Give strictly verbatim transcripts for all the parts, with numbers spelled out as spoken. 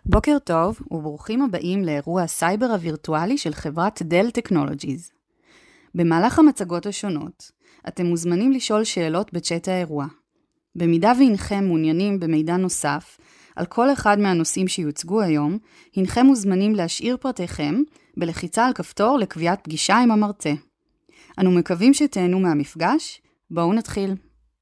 בוקר טוב וברוכים הבאים לאירוע הסייבר הווירטואלי של חברת דל טכנולוגיז. במהלך המצגות השונות, אתם מוזמנים לשאול שאלות בצ'אט האירוע. במידה והנכם מעוניינים במידע נוסף על כל אחד מהנושאים שיוצגו היום, הנכם מוזמנים להשאיר פרטיכם בלחיצה על כפתור לקביעת פגישה עם המרצה. אנו מקווים שתהנו מהמפגש. בואו נתחיל.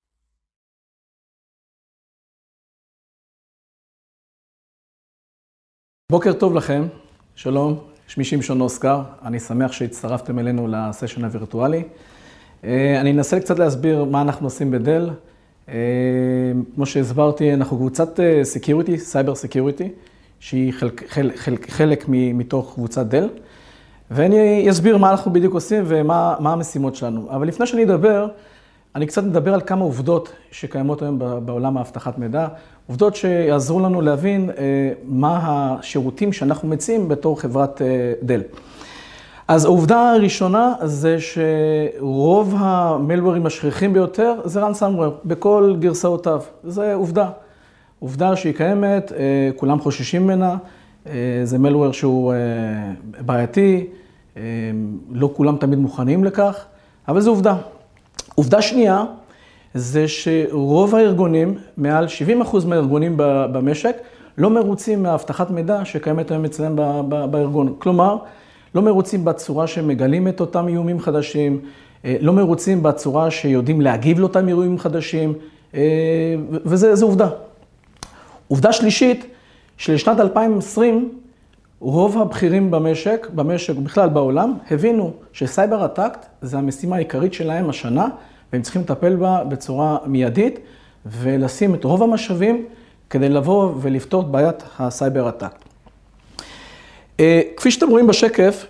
בוקר טוב לכם, שלום, שמי שמשון אוסקר, אני שמח שהצטרפתם אלינו לסשן הווירטואלי. אני אנסה קצת להסביר מה אנחנו עושים בדל. כמו שהסברתי, אנחנו קבוצת סקיוריטי, סייבר סקיוריטי, שהיא חלק, חלק, חלק, חלק מתוך קבוצת דל, ואני אסביר מה אנחנו בדיוק עושים ומה מה המשימות שלנו. אבל לפני שאני אדבר, אני קצת מדבר על כמה עובדות שקיימות היום בעולם האבטחת מידע, עובדות שיעזרו לנו להבין מה השירותים שאנחנו מציעים בתור חברת דל. אז העובדה הראשונה זה שרוב המלוורים השכיחים ביותר זה ransomware, בכל גרסאותיו. זה עובדה. עובדה שהיא קיימת, כולם חוששים ממנה, זה מלוור שהוא בעייתי, לא כולם תמיד מוכנים לכך, אבל זה עובדה. עובדה שנייה, זה שרוב הארגונים, מעל שבעים אחוז מהארגונים במשק, לא מרוצים מהאבטחת מידע שקיימת היום אצלם בארגון. כלומר, לא מרוצים בצורה שמגלים את אותם איומים חדשים, לא מרוצים בצורה שיודעים להגיב לאותם איומים חדשים, וזה עובדה. עובדה שלישית, שלשנת אלפיים ועשרים, רוב הבכירים במשק, במשק ובכלל בעולם, הבינו שסייבר אטאק זה המשימה העיקרית שלהם השנה, והם צריכים לטפל בה בצורה מיידית, ולשים את רוב המשאבים כדי לבוא ולפתור את בעיית הסייבר אטאק. כפי שאתם רואים בשקף,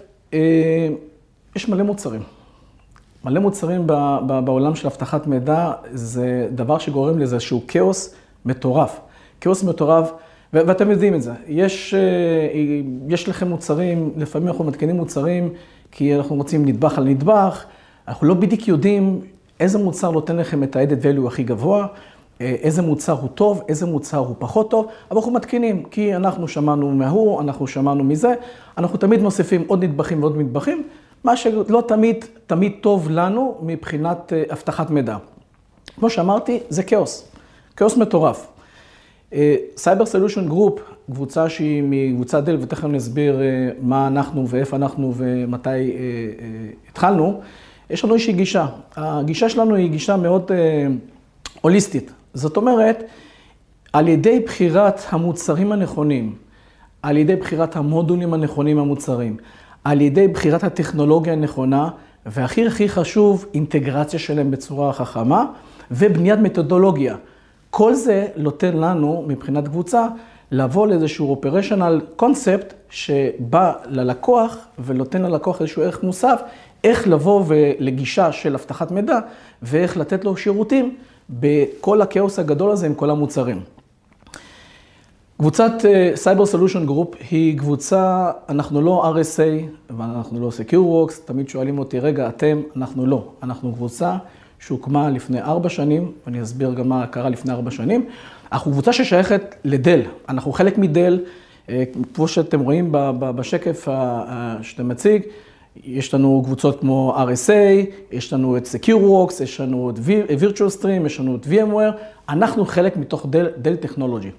יש מלא מוצרים. מלא מוצרים בעולם של אבטחת מידע, זה דבר שגורם לזה שהוא כאוס מטורף. כאוס מטורף, ואתם יודעים את זה. יש, יש לכם מוצרים, לפעמים אנחנו מתקנים מוצרים, כי אנחנו רוצים נדבך על נדבך, אנחנו לא בדיוק יודעים איזה מוצר נותן לכם את ה-added value הכי גבוה, איזה מוצר הוא טוב, איזה מוצר הוא פחות טוב, אבל אנחנו מתקינים, כי אנחנו שמענו מההוא, אנחנו שמענו מזה, אנחנו תמיד מוסיפים עוד נדבכים ועוד נדבכים, מה שלא תמיד, תמיד טוב לנו מבחינת אבטחת מידע. כמו שאמרתי, זה כאוס, כאוס מטורף. סייבר סולושן גרופ, קבוצה שהיא מקבוצת דל, ותכף נסביר מה אנחנו ואיפה אנחנו ומתי התחלנו, יש לנו איזושהי גישה. הגישה שלנו היא גישה מאוד הוליסטית. זאת אומרת, על ידי בחירת המוצרים הנכונים, על ידי בחירת המודולים הנכונים המוצרים, על ידי בחירת הטכנולוגיה הנכונה, והכי הכי חשוב, אינטגרציה שלהם בצורה חכמה, ובניית מתודולוגיה. כל זה נותן לנו, מבחינת קבוצה, לבוא לאיזשהו אופרשנל קונספט שבא ללקוח ונותן ללקוח איזשהו ערך מוסף, איך לבוא ולגישה של אבטחת מידע, ואיך לתת לו שירותים בכל הכאוס הגדול הזה עם כל המוצרים. קבוצת Cyber Solution Group היא קבוצה, אנחנו לא אר אס איי ואנחנו לא SecureWorks, תמיד שואלים אותי, רגע, אתם, אנחנו לא. אנחנו קבוצה שהוקמה לפני ארבע שנים, ואני אסביר גם מה קרה לפני ארבע שנים. אנחנו קבוצה ששייכת לדל, אנחנו חלק מדל, כמו שאתם רואים בשקף שאתם מציג, יש לנו קבוצות כמו אר אס איי, יש לנו את SecureWorks, יש לנו את Virtual Stream, יש לנו את VMware, אנחנו חלק מתוך דל, דל טכנולוגי.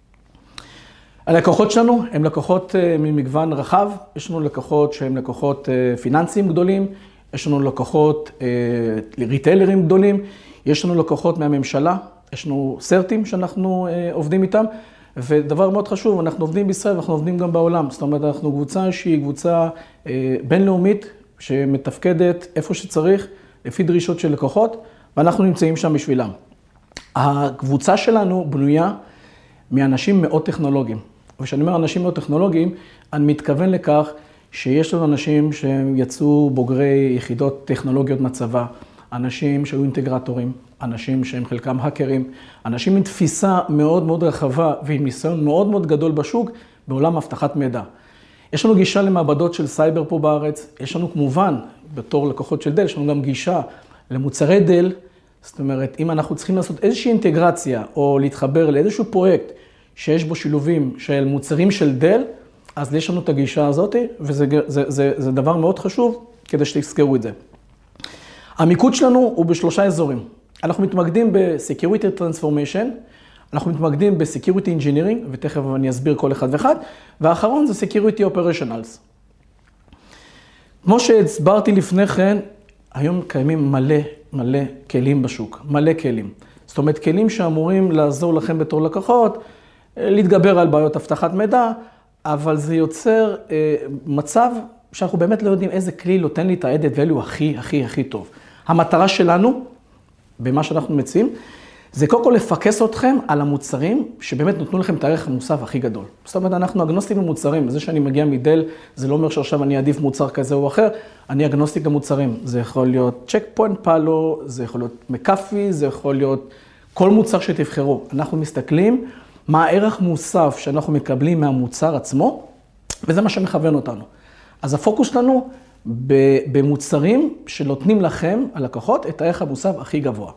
הלקוחות שלנו הם לקוחות ממגוון רחב, יש לנו לקוחות שהם לקוחות פיננסיים גדולים, יש לנו לקוחות ריטיילרים גדולים, יש לנו לקוחות מהממשלה, יש לנו סרטים שאנחנו עובדים איתם, ודבר מאוד חשוב, אנחנו עובדים בישראל ואנחנו עובדים גם בעולם. זאת אומרת, אנחנו קבוצה שהיא קבוצה בינלאומית שמתפקדת איפה שצריך, לפי דרישות של לקוחות, ואנחנו נמצאים שם בשבילם. הקבוצה שלנו בנויה מאנשים מאוד טכנולוגיים. וכשאני אומר אנשים מאוד טכנולוגיים, אני מתכוון לכך שיש לנו אנשים שיצאו בוגרי יחידות טכנולוגיות מצבא, אנשים שהיו אינטגרטורים, אנשים שהם חלקם האקרים, אנשים עם תפיסה מאוד מאוד רחבה ועם ניסיון מאוד מאוד גדול בשוק בעולם אבטחת מידע. יש לנו גישה למעבדות של סייבר פה בארץ, יש לנו כמובן, בתור לקוחות של דל, יש לנו גם גישה למוצרי דל, זאת אומרת, אם אנחנו צריכים לעשות איזושהי אינטגרציה או להתחבר לאיזשהו פרויקט שיש בו שילובים של מוצרים של דל, אז יש לנו את הגישה הזאת, וזה זה, זה, זה דבר מאוד חשוב כדי שתזכרו את זה. המיקוד שלנו הוא בשלושה אזורים. אנחנו מתמקדים ב-Security Transformation, אנחנו מתמקדים ב-Security Engineering, ותכף אני אסביר כל אחד ואחד, והאחרון זה Security Operationals. כמו שהסברתי לפני כן, היום קיימים מלא מלא כלים בשוק, מלא כלים. זאת אומרת, כלים שאמורים לעזור לכם בתור לקוחות, להתגבר על בעיות אבטחת מידע, אבל זה יוצר אה, מצב שאנחנו באמת לא יודעים איזה כלי נותן לי את ה-added value הכי, הכי, הכי טוב. המטרה שלנו, במה שאנחנו מציעים, זה קודם כל לפקס אתכם על המוצרים שבאמת נותנו לכם את הערך המוסף הכי גדול. זאת אומרת, אנחנו אגנוסטים למוצרים. זה שאני מגיע מדל, זה לא אומר שעכשיו אני אעדיף מוצר כזה או אחר, אני אגנוסטיק למוצרים. זה יכול להיות צ'ק פוינט פאלו, זה יכול להיות מקאפי, זה יכול להיות כל מוצר שתבחרו. אנחנו מסתכלים מה הערך מוסף שאנחנו מקבלים מהמוצר עצמו, וזה מה שמכוון אותנו. אז הפוקוס שלנו במוצרים שנותנים לכם, הלקוחות, את הערך המוסף הכי גבוה.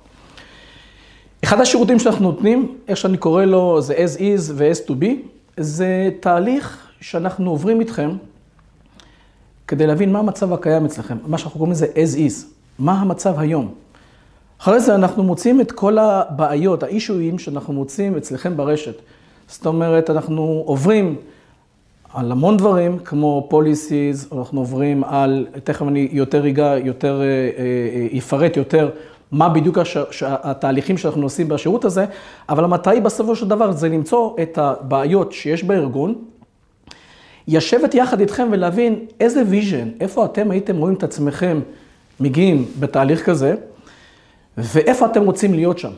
אחד השירותים שאנחנו נותנים, איך שאני קורא לו, זה as is ו-as to be, זה תהליך שאנחנו עוברים איתכם כדי להבין מה המצב הקיים אצלכם. מה שאנחנו קוראים לזה as is, מה המצב היום. אחרי זה אנחנו מוצאים את כל הבעיות, האישויים שאנחנו מוצאים אצלכם ברשת. זאת אומרת, אנחנו עוברים על המון דברים, כמו policies, אנחנו עוברים על, תכף אני יותר ריגע, יותר, יפרט יותר, מה בדיוק התהליכים שאנחנו עושים בשירות הזה, אבל המטרה היא בסופו של דבר זה למצוא את הבעיות שיש בארגון, ישבת יחד איתכם ולהבין איזה ויז'ן, איפה אתם הייתם רואים את עצמכם מגיעים בתהליך כזה, ואיפה אתם רוצים להיות שם.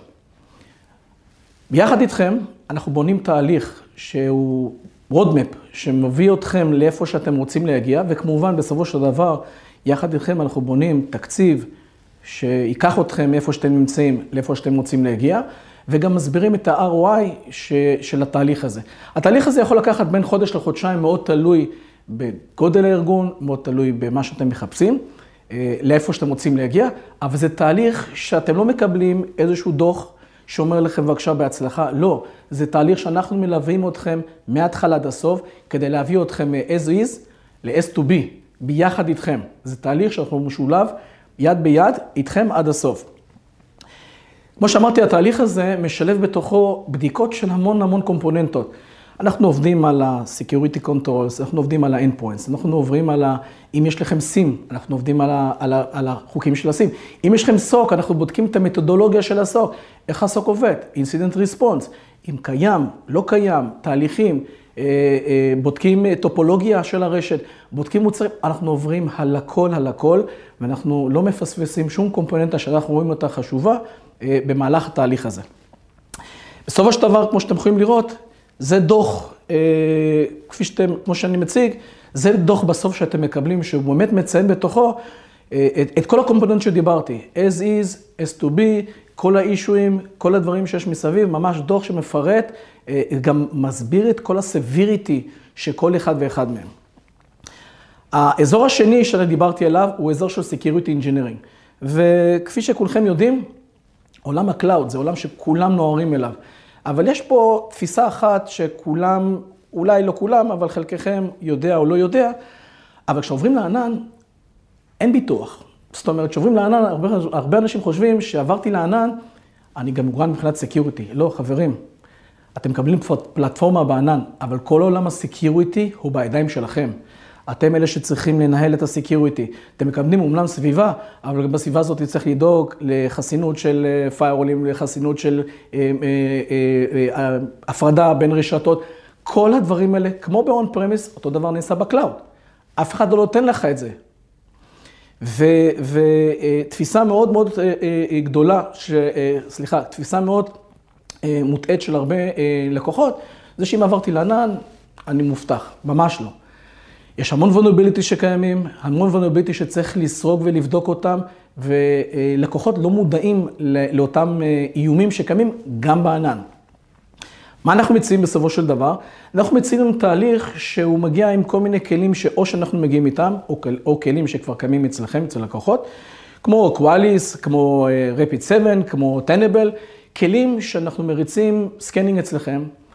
יחד איתכם אנחנו בונים תהליך שהוא roadmap, שמביא אתכם לאיפה שאתם רוצים להגיע, וכמובן בסופו של דבר, יחד איתכם אנחנו בונים תקציב, שיקח אתכם מאיפה שאתם נמצאים, לאיפה שאתם רוצים להגיע, וגם מסבירים את ה-אר או איי של התהליך הזה. התהליך הזה יכול לקחת בין חודש לחודשיים, מאוד תלוי בגודל הארגון, מאוד תלוי במה שאתם מחפשים, לאיפה שאתם רוצים להגיע, אבל זה תהליך שאתם לא מקבלים איזשהו דוח שאומר לכם בבקשה בהצלחה, לא, זה תהליך שאנחנו מלווים אתכם מההתחלה עד הסוף, כדי להביא אתכם מ-as is ל-as to be, ביחד איתכם. זה תהליך שאנחנו משולב, יד ביד, איתכם עד הסוף. כמו שאמרתי, התהליך הזה משלב בתוכו בדיקות של המון המון קומפוננטות. אנחנו עובדים על ה-Security Controls, אנחנו עובדים על ה-Endpoints, אנחנו עוברים על ה... אם יש לכם סים, אנחנו עובדים על, ה... על, ה... על החוקים של הסים. אם יש לכם סוק, אנחנו בודקים את המתודולוגיה של הסוק. איך הסוק עובד? Incident Response. אם קיים, לא קיים, תהליכים, בודקים טופולוגיה של הרשת, בודקים מוצרים, אנחנו עוברים על הכל, על הכל, ואנחנו לא מפספסים שום קומפוננטה שאנחנו רואים אותה חשובה במהלך התהליך הזה. בסופו של דבר, כמו שאתם יכולים לראות, זה דוח, כפי שאתם, כמו שאני מציג, זה דוח בסוף שאתם מקבלים, שהוא באמת מציין בתוכו את, את כל הקומפוננט שדיברתי, as is, as to be, כל האישויים, כל הדברים שיש מסביב, ממש דוח שמפרט, גם מסביר את כל הסביריטי שכל אחד ואחד מהם. האזור השני שאני דיברתי עליו הוא אזור של Security Engineering. וכפי שכולכם יודעים, עולם הקלאוד זה עולם שכולם נוערים אליו. אבל יש פה תפיסה אחת שכולם, אולי לא כולם, אבל חלקכם יודע או לא יודע, אבל כשעוברים לענן, אין ביטוח. זאת אומרת, כשעוברים לענן, הרבה, הרבה אנשים חושבים שעברתי לענן, אני גם מוגן מבחינת סקיוריטי. לא, חברים, אתם מקבלים פלטפורמה בענן, אבל כל עולם הסקיוריטי הוא בידיים שלכם. אתם אלה שצריכים לנהל את הסקיוריטי. אתם מקבלים אומנם סביבה, אבל בסביבה הזאת צריך לדאוג לחסינות של פיירולים, לחסינות של אה, אה, אה, אה, הפרדה בין רשתות. כל הדברים האלה, כמו ב-on premise, אותו דבר נעשה בקלאוד. אף אחד לא נותן לך את זה. ותפיסה מאוד מאוד גדולה, ש, סליחה, תפיסה מאוד מוטעית של הרבה לקוחות, זה שאם עברתי לענן, אני מובטח, ממש לא. יש המון vulnerability שקיימים, המון vulnerability שצריך לסרוג ולבדוק אותם, ולקוחות לא מודעים לאותם איומים שקיימים גם בענן. מה אנחנו מציעים בסופו של דבר? אנחנו מציעים תהליך שהוא מגיע עם כל מיני כלים שאו שאנחנו מגיעים איתם, או, או כלים שכבר קיימים אצלכם, אצל לקוחות, כמו Qualys, כמו רפיד סבן, כמו Tenable, כלים שאנחנו מריצים סקנינג אצלכם,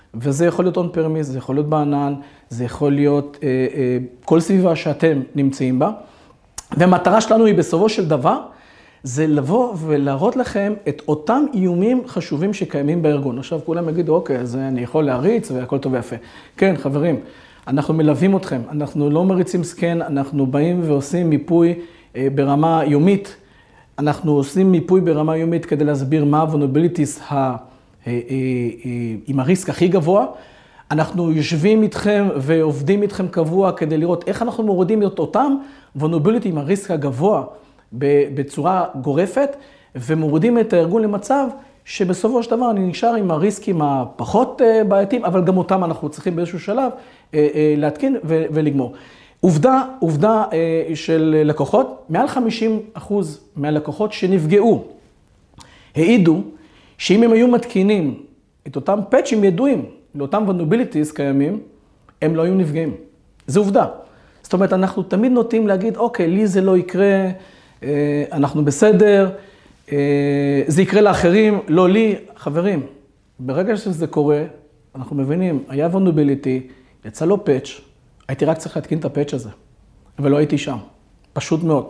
וזה יכול להיות און פרמיס, זה יכול להיות בענן, זה יכול להיות אה, אה, כל סביבה שאתם נמצאים בה. והמטרה שלנו היא בסופו של דבר, זה לבוא ולהראות לכם את אותם איומים חשובים שקיימים בארגון. עכשיו כולם יגידו, אוקיי, אז אני יכול להריץ והכל טוב ויפה. כן, חברים, אנחנו מלווים אתכם, אנחנו לא מריצים סקן, אנחנו באים ועושים מיפוי אה, ברמה יומית. אנחנו עושים מיפוי ברמה יומית כדי להסביר מה ה-vulnerabilities ה... עם הריסק הכי גבוה. אנחנו יושבים איתכם ועובדים איתכם קבוע כדי לראות איך אנחנו מורידים את אותם vulnerability עם הריסק הגבוה בצורה גורפת, ומורידים את הארגון למצב שבסופו של דבר אני נשאר עם הריסקים הפחות בעייתיים, אבל גם אותם אנחנו צריכים באיזשהו שלב להתקין ולגמור. עובדה, עובדה של לקוחות, מעל חמישים אחוז מהלקוחות שנפגעו העידו שאם הם היו מתקינים את אותם פאצ'ים ידועים לאותם vulnerabilities קיימים, הם לא היו נפגעים. זו עובדה. זאת אומרת, אנחנו תמיד נוטים להגיד, אוקיי, לי זה לא יקרה, אנחנו בסדר, זה יקרה לאחרים, לא לי. חברים, ברגע שזה קורה, אנחנו מבינים, היה vulnerability, יצא לו פאצ', הייתי רק צריך להתקין את הפאצ' הזה, ולא הייתי שם. פשוט מאוד.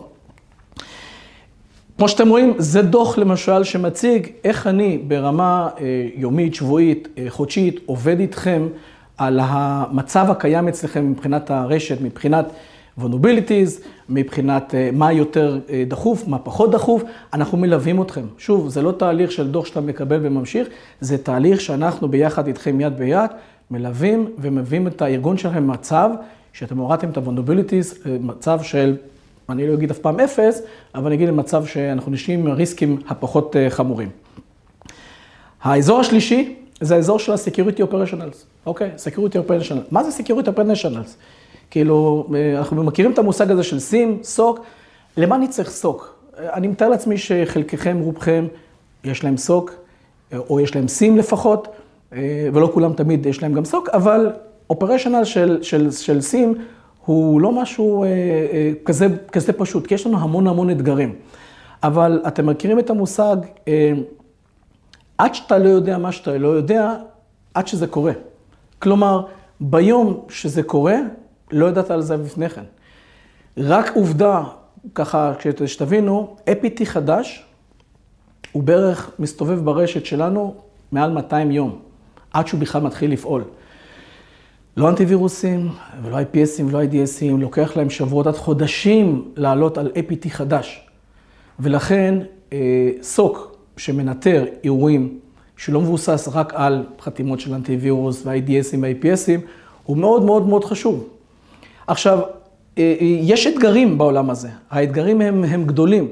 כמו שאתם רואים, זה דוח למשל שמציג איך אני ברמה יומית, שבועית, חודשית, עובד איתכם על המצב הקיים אצלכם מבחינת הרשת, מבחינת vulnerabilities, מבחינת מה יותר דחוף, מה פחות דחוף. אנחנו מלווים אתכם. שוב, זה לא תהליך של דוח שאתה מקבל וממשיך, זה תהליך שאנחנו ביחד איתכם יד ביד, מלווים ומביאים את הארגון שלכם מצב, שאתם הורדתם את ה-vulnerabilities, מצב של... אני לא אגיד אף פעם אפס, אבל אני אגיד למצב שאנחנו נשאים עם הריסקים הפחות חמורים. האזור השלישי זה האזור של ה-Security Operationals. אוקיי? Security Operationals. מה זה Security Operationals? כאילו, אנחנו מכירים את המושג הזה של סים, סוק. למה אני צריך סוק? אני מתאר לעצמי שחלקכם, רובכם, יש להם סוק, או יש להם סים לפחות, ולא כולם תמיד יש להם גם סוק, אבל Operational של, של, של סים, הוא לא משהו אה, אה, כזה, כזה פשוט, כי יש לנו המון המון אתגרים. אבל אתם מכירים את המושג, אה, עד שאתה לא יודע מה שאתה לא יודע, עד שזה קורה. כלומר, ביום שזה קורה, לא ידעת על זה לפני כן. רק עובדה, ככה, כשתבינו, איי פי טי חדש, הוא בערך מסתובב ברשת שלנו מעל מאתיים יום, עד שהוא בכלל מתחיל לפעול. לא אנטיווירוסים, ולא איי פי אסים, ולא איי די אסים, לוקח להם שבועות עד חודשים לעלות על איי פי טי חדש. ולכן, סוק שמנטר אירועים שלא מבוסס רק על חתימות של אנטיווירוס ו-איי די אסים ו-איי פי אסים, הוא מאוד מאוד מאוד חשוב. עכשיו, יש אתגרים בעולם הזה. האתגרים הם, הם גדולים.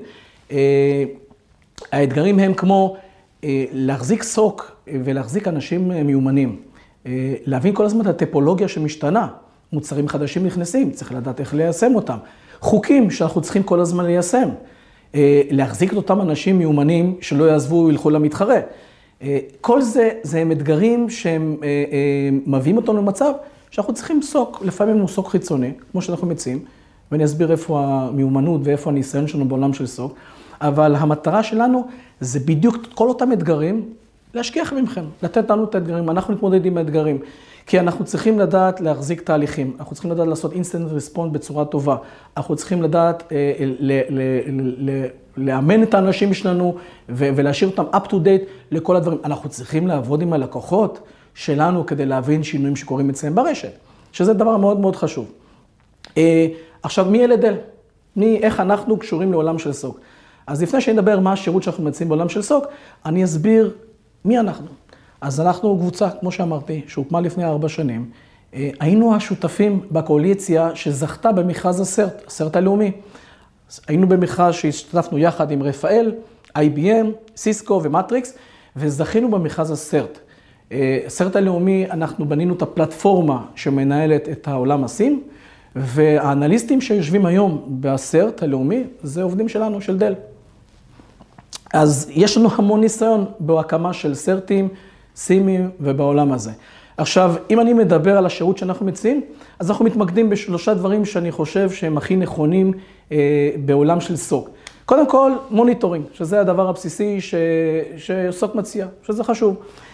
האתגרים הם כמו להחזיק סוק ולהחזיק אנשים מיומנים. להבין כל הזמן את הטיפולוגיה שמשתנה. מוצרים חדשים נכנסים, צריך לדעת איך ליישם אותם. חוקים שאנחנו צריכים כל הזמן ליישם. להחזיק את אותם אנשים מיומנים שלא יעזבו, ילכו למתחרה. כל זה, זה הם אתגרים שהם מביאים אותנו למצב שאנחנו צריכים סוק, לפעמים הוא סוק חיצוני, כמו שאנחנו מציעים, ואני אסביר איפה המיומנות ואיפה הניסיון שלנו בעולם של סוק, אבל המטרה שלנו זה בדיוק כל אותם אתגרים, להשכיח ממכם, לתת לנו את האתגרים, אנחנו נתמודד עם האתגרים, כי אנחנו צריכים לדעת להחזיק תהליכים, אנחנו צריכים לדעת לעשות instant response בצורה טובה, אנחנו צריכים לדעת אה, ל, ל, ל, ל, לאמן את האנשים שלנו ו, ולהשאיר אותם up to date לכל הדברים. אנחנו צריכים לעבוד עם הלקוחות שלנו כדי להבין שינויים שקורים אצלם ברשת, שזה דבר מאוד מאוד חשוב. אה, עכשיו, מי ילד אל? מי, איך אנחנו קשורים לעולם של סוק? אז לפני שאני אדבר מה השירות שאנחנו מציעים בעולם של סוק, אני אסביר מי אנחנו. אז אנחנו קבוצה, כמו שאמרתי, שהוקמה לפני ארבע שנים. היינו השותפים בקואליציה שזכתה במכרז הסרט, הסרט הלאומי. היינו במכרז שהשתתפנו יחד עם רפאל, איי בי אם, סיסקו ומטריקס, וזכינו במכרז הסרט. הסרט הלאומי, אנחנו בנינו את הפלטפורמה שמנהלת את העולם הסים, והאנליסטים שיושבים היום בסרט הלאומי, זה עובדים שלנו, של דל. אז יש לנו המון ניסיון בהקמה של סרטים, סימים ובעולם הזה. עכשיו, אם אני מדבר על השירות שאנחנו מציעים, אז אנחנו מתמקדים בשלושה דברים שאני חושב שהם הכי נכונים אה, בעולם של סוק. קודם כל, מוניטורינג, שזה הדבר הבסיסי ש... שסוק מציע, שזה חשוב.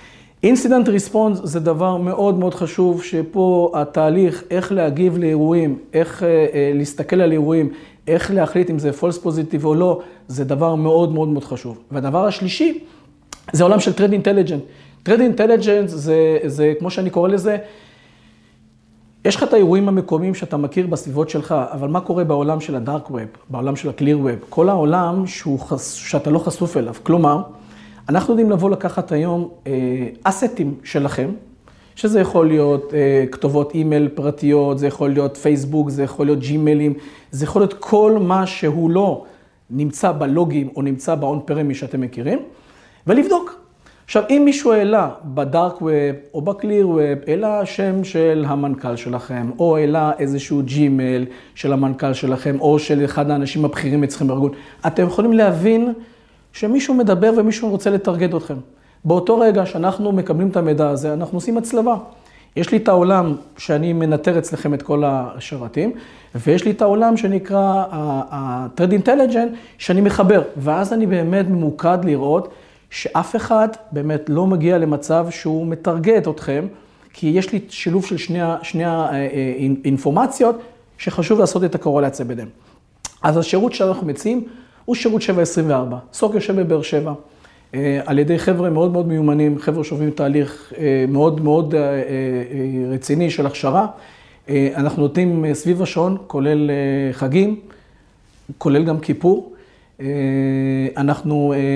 אינסידנט ריספונס זה דבר מאוד מאוד חשוב, שפה התהליך, איך להגיב לאירועים, איך אה, להסתכל על אירועים, איך להחליט אם זה false positive או לא, זה דבר מאוד מאוד מאוד חשוב. והדבר השלישי, זה עולם של Threat Intelligence. Threat Intelligence זה, זה, כמו שאני קורא לזה, יש לך את האירועים המקומיים שאתה מכיר בסביבות שלך, אבל מה קורה בעולם של ה-Dark Web, בעולם של ה-Clear Web? כל העולם שהוא חס... שאתה לא חשוף אליו. כלומר, אנחנו יודעים לבוא לקחת היום אה, אסטים שלכם, שזה יכול להיות אה, כתובות אימייל פרטיות, זה יכול להיות פייסבוק, זה יכול להיות ג'ימיילים, זה יכול להיות כל מה שהוא לא נמצא בלוגים או נמצא ב-on-prem שאתם מכירים, ולבדוק. עכשיו, אם מישהו העלה בדארק ווב או בקליר ווב, העלה שם של המנכ"ל שלכם, או העלה איזשהו ג'ימייל של המנכ"ל שלכם, או של אחד האנשים הבכירים אצלכם בארגון, אתם יכולים להבין שמישהו מדבר ומישהו רוצה לטרגט אתכם. באותו רגע שאנחנו מקבלים את המידע הזה, אנחנו עושים הצלבה. יש לי את העולם שאני מנטר אצלכם את כל השרתים, ויש לי את העולם שנקרא ה-Threat Intelligence, שאני מחבר, ואז אני באמת ממוקד לראות שאף אחד באמת לא מגיע למצב שהוא מטרגט אתכם, כי יש לי שילוב של שני, שני האינפורמציות שחשוב לעשות את הקורלציה ביניהם. אז השירות שאנחנו מציעים הוא שירות שבע עשרים וארבע. סוק יושב בבאר שבע, על ידי חבר'ה מאוד מאוד מיומנים, חבר'ה שעוברים תהליך מאוד מאוד רציני של הכשרה. אנחנו נותנים סביב השעון, כולל חגים, כולל גם כיפור. אנחנו,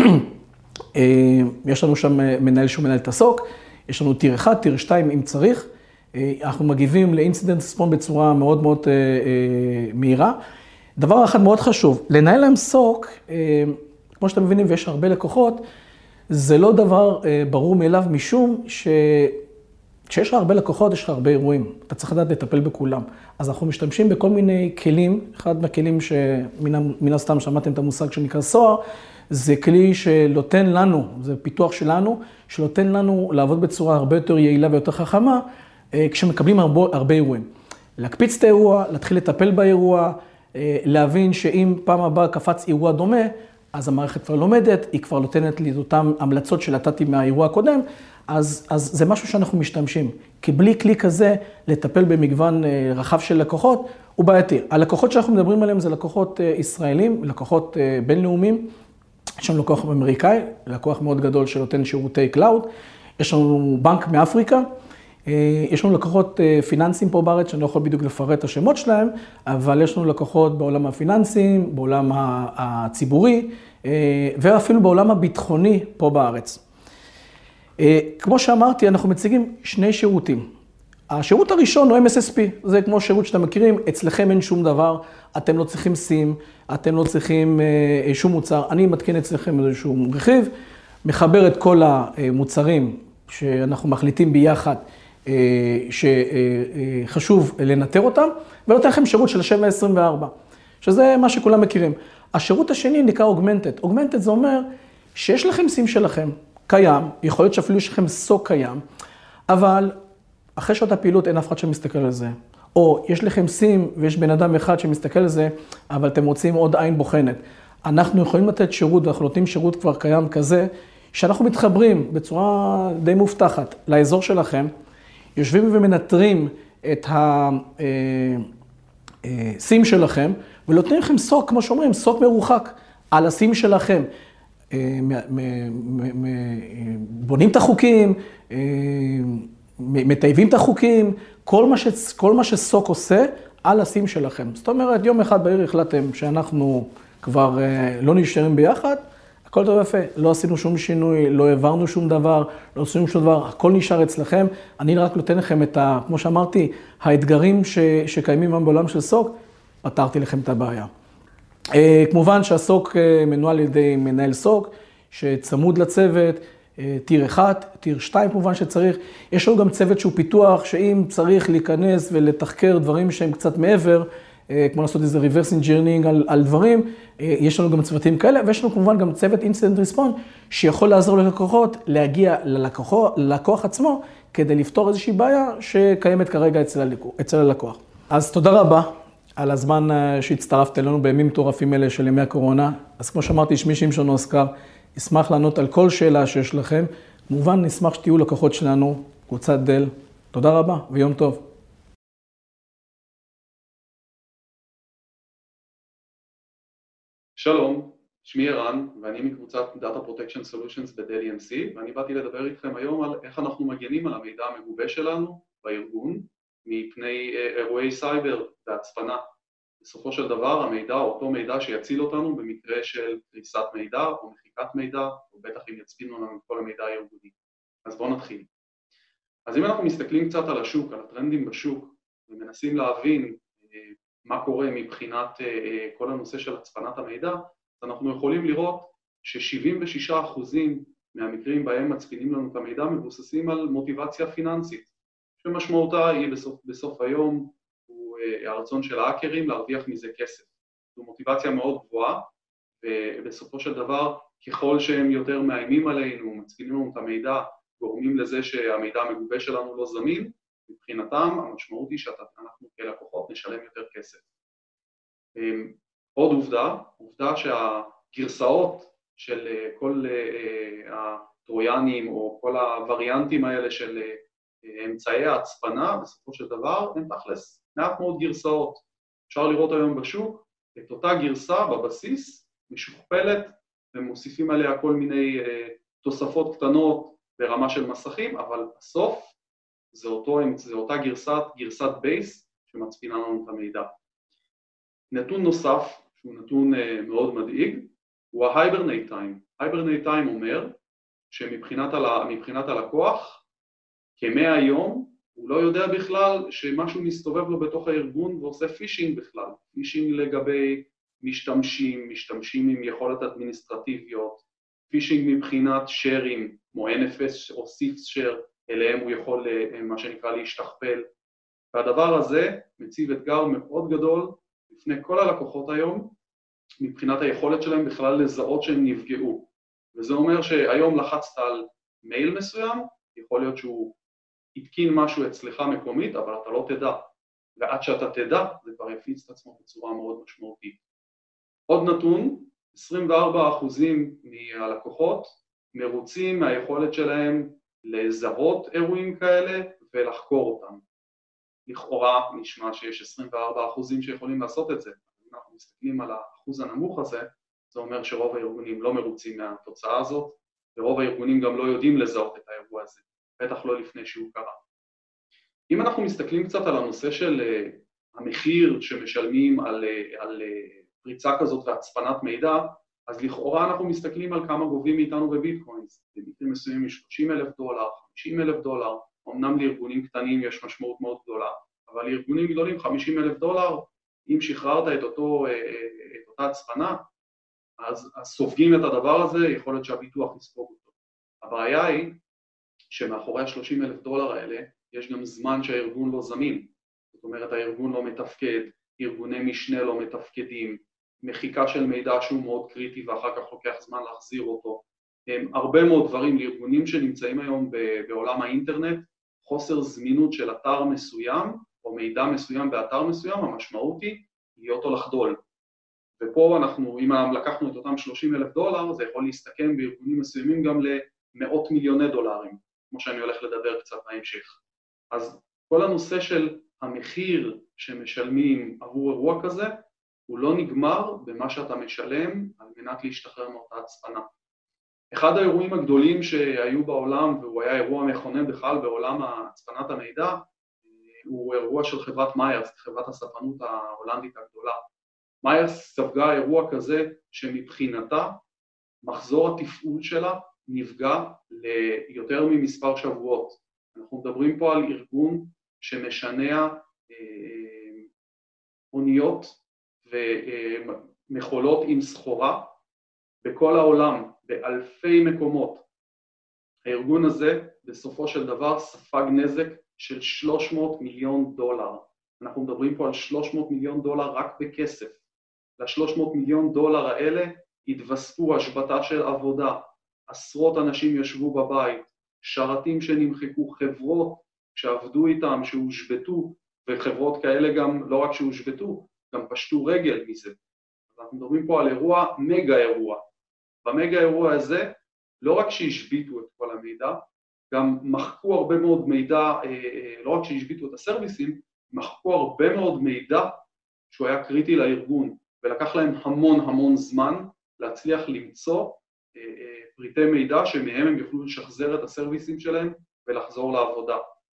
יש לנו שם מנהל שהוא מנהל את הסוק, יש לנו טיר אחד, טיר שתיים אם צריך. אנחנו מגיבים לאינסידנט ריספונס בצורה מאוד מאוד מהירה. דבר אחד מאוד חשוב, לנהל להם סוק, כמו שאתם מבינים, ויש הרבה לקוחות, זה לא דבר ברור מאליו משום ש... כשיש לך הרבה לקוחות, יש לך הרבה אירועים. אתה צריך לדעת לטפל בכולם. אז אנחנו משתמשים בכל מיני כלים. אחד מהכלים שמן הסתם שמעתם את המושג שנקרא סוהר, זה כלי שנותן לנו, זה פיתוח שלנו, שנותן לנו לעבוד בצורה הרבה יותר יעילה ויותר חכמה, כשמקבלים הרבה, הרבה אירועים. להקפיץ את האירוע, להתחיל לטפל באירוע, להבין שאם פעם הבאה קפץ אירוע דומה, אז המערכת כבר לומדת, היא כבר נותנת לי את אותן המלצות שנתתי מהאירוע הקודם, אז, אז זה משהו שאנחנו משתמשים. כי בלי כלי כזה, לטפל במגוון רחב של לקוחות, הוא בעייתי. הלקוחות שאנחנו מדברים עליהם זה לקוחות ישראלים, לקוחות בינלאומיים. יש לנו לקוח אמריקאי, לקוח מאוד גדול שנותן שירותי קלאוד. יש לנו בנק מאפריקה. יש לנו לקוחות פיננסיים פה בארץ, שאני לא יכול בדיוק לפרט את השמות שלהם, אבל יש לנו לקוחות בעולם הפיננסיים, בעולם הציבורי, ואפילו בעולם הביטחוני פה בארץ. כמו שאמרתי, אנחנו מציגים שני שירותים. השירות הראשון הוא אם אס אס פי, זה כמו שירות שאתם מכירים, אצלכם אין שום דבר, אתם לא צריכים סים, אתם לא צריכים שום מוצר, אני מתקין אצלכם איזשהו רכיב, מחבר את כל המוצרים שאנחנו מחליטים ביחד, שחשוב לנטר אותם, ונותן לכם שירות של שבע עשרים וארבע, שזה מה שכולם מכירים. השירות השני נקרא אוגמנטד. אוגמנטד זה אומר שיש לכם סים שלכם, קיים, יכול להיות שאפילו יש לכם סוק קיים, אבל אחרי שעות הפעילות אין אף אחד שמסתכל על זה. או יש לכם סים ויש בן אדם אחד שמסתכל על זה, אבל אתם רוצים עוד עין בוחנת. אנחנו יכולים לתת שירות, ואנחנו נותנים שירות כבר קיים כזה, שאנחנו מתחברים בצורה די מובטחת לאזור שלכם, יושבים ומנטרים את הסים שלכם, ונותנים לכם סוק, כמו שאומרים, סוק מרוחק על הסים שלכם. בונים את החוקים, מטייבים את החוקים, כל מה, ש, כל מה שסוק עושה על הסים שלכם. זאת אומרת, יום אחד בעיר החלטתם שאנחנו כבר לא נשארים ביחד, הכל טוב יפה, לא עשינו שום שינוי, לא העברנו שום דבר, לא עשינו שום דבר, הכל נשאר אצלכם. אני רק נותן לכם את ה, כמו שאמרתי, האתגרים ש, שקיימים היום בעולם של סוק, פתרתי לכם את הבעיה. כמובן שהסוק מנוהל על ידי מנהל סוק, שצמוד לצוות, טיר אחד, טיר שתיים כמובן שצריך. יש לנו גם צוות שהוא פיתוח, שאם צריך להיכנס ולתחקר דברים שהם קצת מעבר, כמו לעשות איזה reverse engineering על, על דברים, יש לנו גם צוותים כאלה, ויש לנו כמובן גם צוות incident response, שיכול לעזור ללקוחות להגיע ללקוח, ללקוח עצמו, כדי לפתור איזושהי בעיה שקיימת כרגע אצל, הלקוח, אצל הלקוח. אז תודה רבה על הזמן שהצטרפת אלינו בימים מטורפים אלה של ימי הקורונה. אז כמו שאמרתי, שמי שמשון אוסקר, אשמח לענות על כל שאלה שיש לכם, כמובן נשמח שתהיו לקוחות שלנו, קבוצת דל. תודה רבה ויום טוב. שלום, שמי ערן ואני מקבוצת Data Protection Solutions ב-דל אי אם סי, ואני באתי לדבר איתכם היום על איך אנחנו מגנים על המידע המגובה שלנו בארגון מפני אירועי סייבר והצפנה. בסופו של דבר המידע, אותו מידע שיציל אותנו במקרה של קריסת מידע או מחיקת מידע, או בטח אם יצפינו לנו את כל המידע הארגוני. אז בואו נתחיל. אז אם אנחנו מסתכלים קצת על השוק, על הטרנדים בשוק, ומנסים להבין מה קורה מבחינת כל הנושא של הצפנת המידע, אז אנחנו יכולים לראות ש-שבעים ושישה אחוז מהמקרים בהם מצפינים לנו את המידע מבוססים על מוטיבציה פיננסית, שמשמעותה היא בסוף, בסוף היום הוא הרצון של ההאקרים להרוויח מזה כסף. זו מוטיבציה מאוד גבוהה, ובסופו של דבר ככל שהם יותר מאיימים עלינו, מצפינים לנו את המידע, גורמים לזה שהמידע המגובה שלנו לא זמין, מבחינתם המשמעות היא שאנחנו כלקוחות נשלם יותר כסף. עוד עובדה, עובדה שהגרסאות של כל הטרויאנים או כל הווריאנטים האלה של אמצעי ההצפנה, בסופו של דבר הם תכלס מעט מאוד גרסאות. אפשר לראות היום בשוק את אותה גרסה בבסיס, משוכפלת, ומוסיפים עליה כל מיני תוספות קטנות ברמה של מסכים, אבל בסוף זה, אותו, זה אותה גרסת, גרסת בייס שמצפינה לנו את המידע. נתון נוסף, שהוא נתון מאוד מדאיג, הוא ה-hibernate time. hibernate time אומר שמבחינת ה, מבחינת הלקוח, כמאה יום, הוא לא יודע בכלל שמשהו מסתובב לו בתוך הארגון ועושה פישינג בכלל. פישינג לגבי משתמשים, משתמשים עם יכולת אדמיניסטרטיביות, פישינג מבחינת שרים, כמו אן אף אס או סיפס שר, אליהם הוא יכול, מה שנקרא, להשתכפל. והדבר הזה מציב אתגר מאוד גדול לפני כל הלקוחות היום, מבחינת היכולת שלהם בכלל לזהות שהם נפגעו. וזה אומר שהיום לחצת על מייל מסוים, יכול להיות שהוא יתקין משהו אצלך מקומית, אבל אתה לא תדע. ועד שאתה תדע, זה כבר יפיץ את עצמו בצורה מאוד משמעותית. עוד נתון, עשרים וארבעה אחוז מהלקוחות מרוצים מהיכולת שלהם לזהות אירועים כאלה ולחקור אותם. לכאורה נשמע שיש עשרים וארבעה אחוז שיכולים לעשות את זה. אם אנחנו מסתכלים על האחוז הנמוך הזה, זה אומר שרוב הארגונים לא מרוצים מהתוצאה הזאת, ורוב הארגונים גם לא יודעים לזהות את האירוע הזה, בטח לא לפני שהוא קרה. אם אנחנו מסתכלים קצת על הנושא של המחיר שמשלמים על, על פריצה כזאת והצפנת מידע, אז לכאורה אנחנו מסתכלים על כמה גובים מאיתנו בביטקוינס. במקרים מסוימים יש שלושים אלף דולר, חמישים אלף דולר, אמנם לארגונים קטנים יש משמעות מאוד גדולה, אבל לארגונים גדולים חמישים אלף דולר, אם שחררת את, אותו, את אותה הצפנה, אז, אז סופגים את הדבר הזה, יכול להיות שהביטוח יספוג אותו. הבעיה היא שמאחורי ה-שלושים אלף דולר האלה, יש גם זמן שהארגון לא זמין. זאת אומרת, הארגון לא מתפקד, ארגוני משנה לא מתפקדים, מחיקה של מידע שהוא מאוד קריטי ואחר כך לוקח זמן להחזיר אותו. הם הרבה מאוד דברים לארגונים שנמצאים היום בעולם האינטרנט, חוסר זמינות של אתר מסוים או מידע מסוים באתר מסוים, המשמעות היא להיות או לחדול. ופה אנחנו, אם לקחנו את אותם שלושים אלף דולר, זה יכול להסתכם בארגונים מסוימים גם למאות מיליוני דולרים, כמו שאני הולך לדבר קצת בהמשך. אז כל הנושא של המחיר שמשלמים עבור אירוע כזה, הוא לא נגמר במה שאתה משלם על מנת להשתחרר מאותה הצפנה. אחד האירועים הגדולים שהיו בעולם, והוא היה אירוע מכונן בכלל בעולם הצפנת המידע, הוא אירוע של חברת מיירס, חברת הספנות ההולנדית הגדולה. מיירס ספגה אירוע כזה שמבחינתה מחזור התפעול שלה נפגע ליותר ממספר שבועות. אנחנו מדברים פה על ארגון שמשנע אה, אוניות ומכולות עם סחורה בכל העולם, באלפי מקומות. הארגון הזה בסופו של דבר ספג נזק של שלוש מאות מיליון דולר. אנחנו מדברים פה על שלוש מאות מיליון דולר רק בכסף. ל-שלוש מאות מיליון דולר האלה התווספו השבתה של עבודה, עשרות אנשים ישבו בבית, שרתים שנמחקו, חברות שעבדו איתם, שהושבתו, וחברות כאלה גם לא רק שהושבתו, גם פשטו רגל מזה. אנחנו מדברים פה על אירוע, מגה אירוע. במגה אירוע הזה לא רק שהשביתו את כל המידע, גם מחקו הרבה מאוד מידע, לא רק שהשביתו את הסרוויסים, מחקו הרבה מאוד מידע שהוא היה קריטי לארגון, ולקח להם המון המון זמן להצליח למצוא פריטי מידע שמהם הם יוכלו לשחזר את הסרוויסים שלהם ולחזור לעבודה.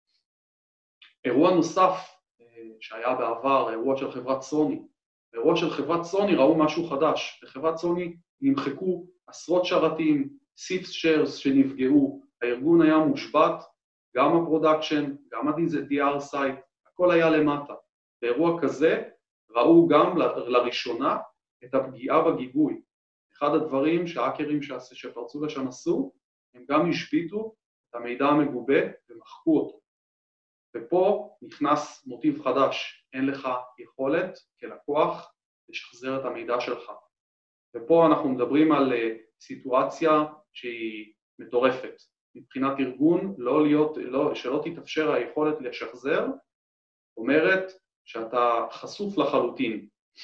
אירוע נוסף שהיה בעבר, אירוע של חברת סוני, אירוע של חברת סוני ראו משהו חדש, בחברת סוני נמחקו עשרות שרתים, six shares שנפגעו, הארגון היה מושבת, גם הפרודקשן, גם ה-די אר סייט, הכל היה למטה. באירוע כזה ראו גם לראשונה את הפגיעה בגיבוי. אחד הדברים שהאקרים שפרצו לשם עשו, הם גם השביתו את המידע המגובה ומחקו אותו. ופה נכנס מוטיב חדש, אין לך יכולת כלקוח לשחזר את המידע שלך. ופה אנחנו מדברים על סיטואציה שהיא מטורפת. מבחינת ארגון, לא להיות, לא, שלא תתאפשר היכולת לשחזר, אומרת שאתה חשוף לחלוטין.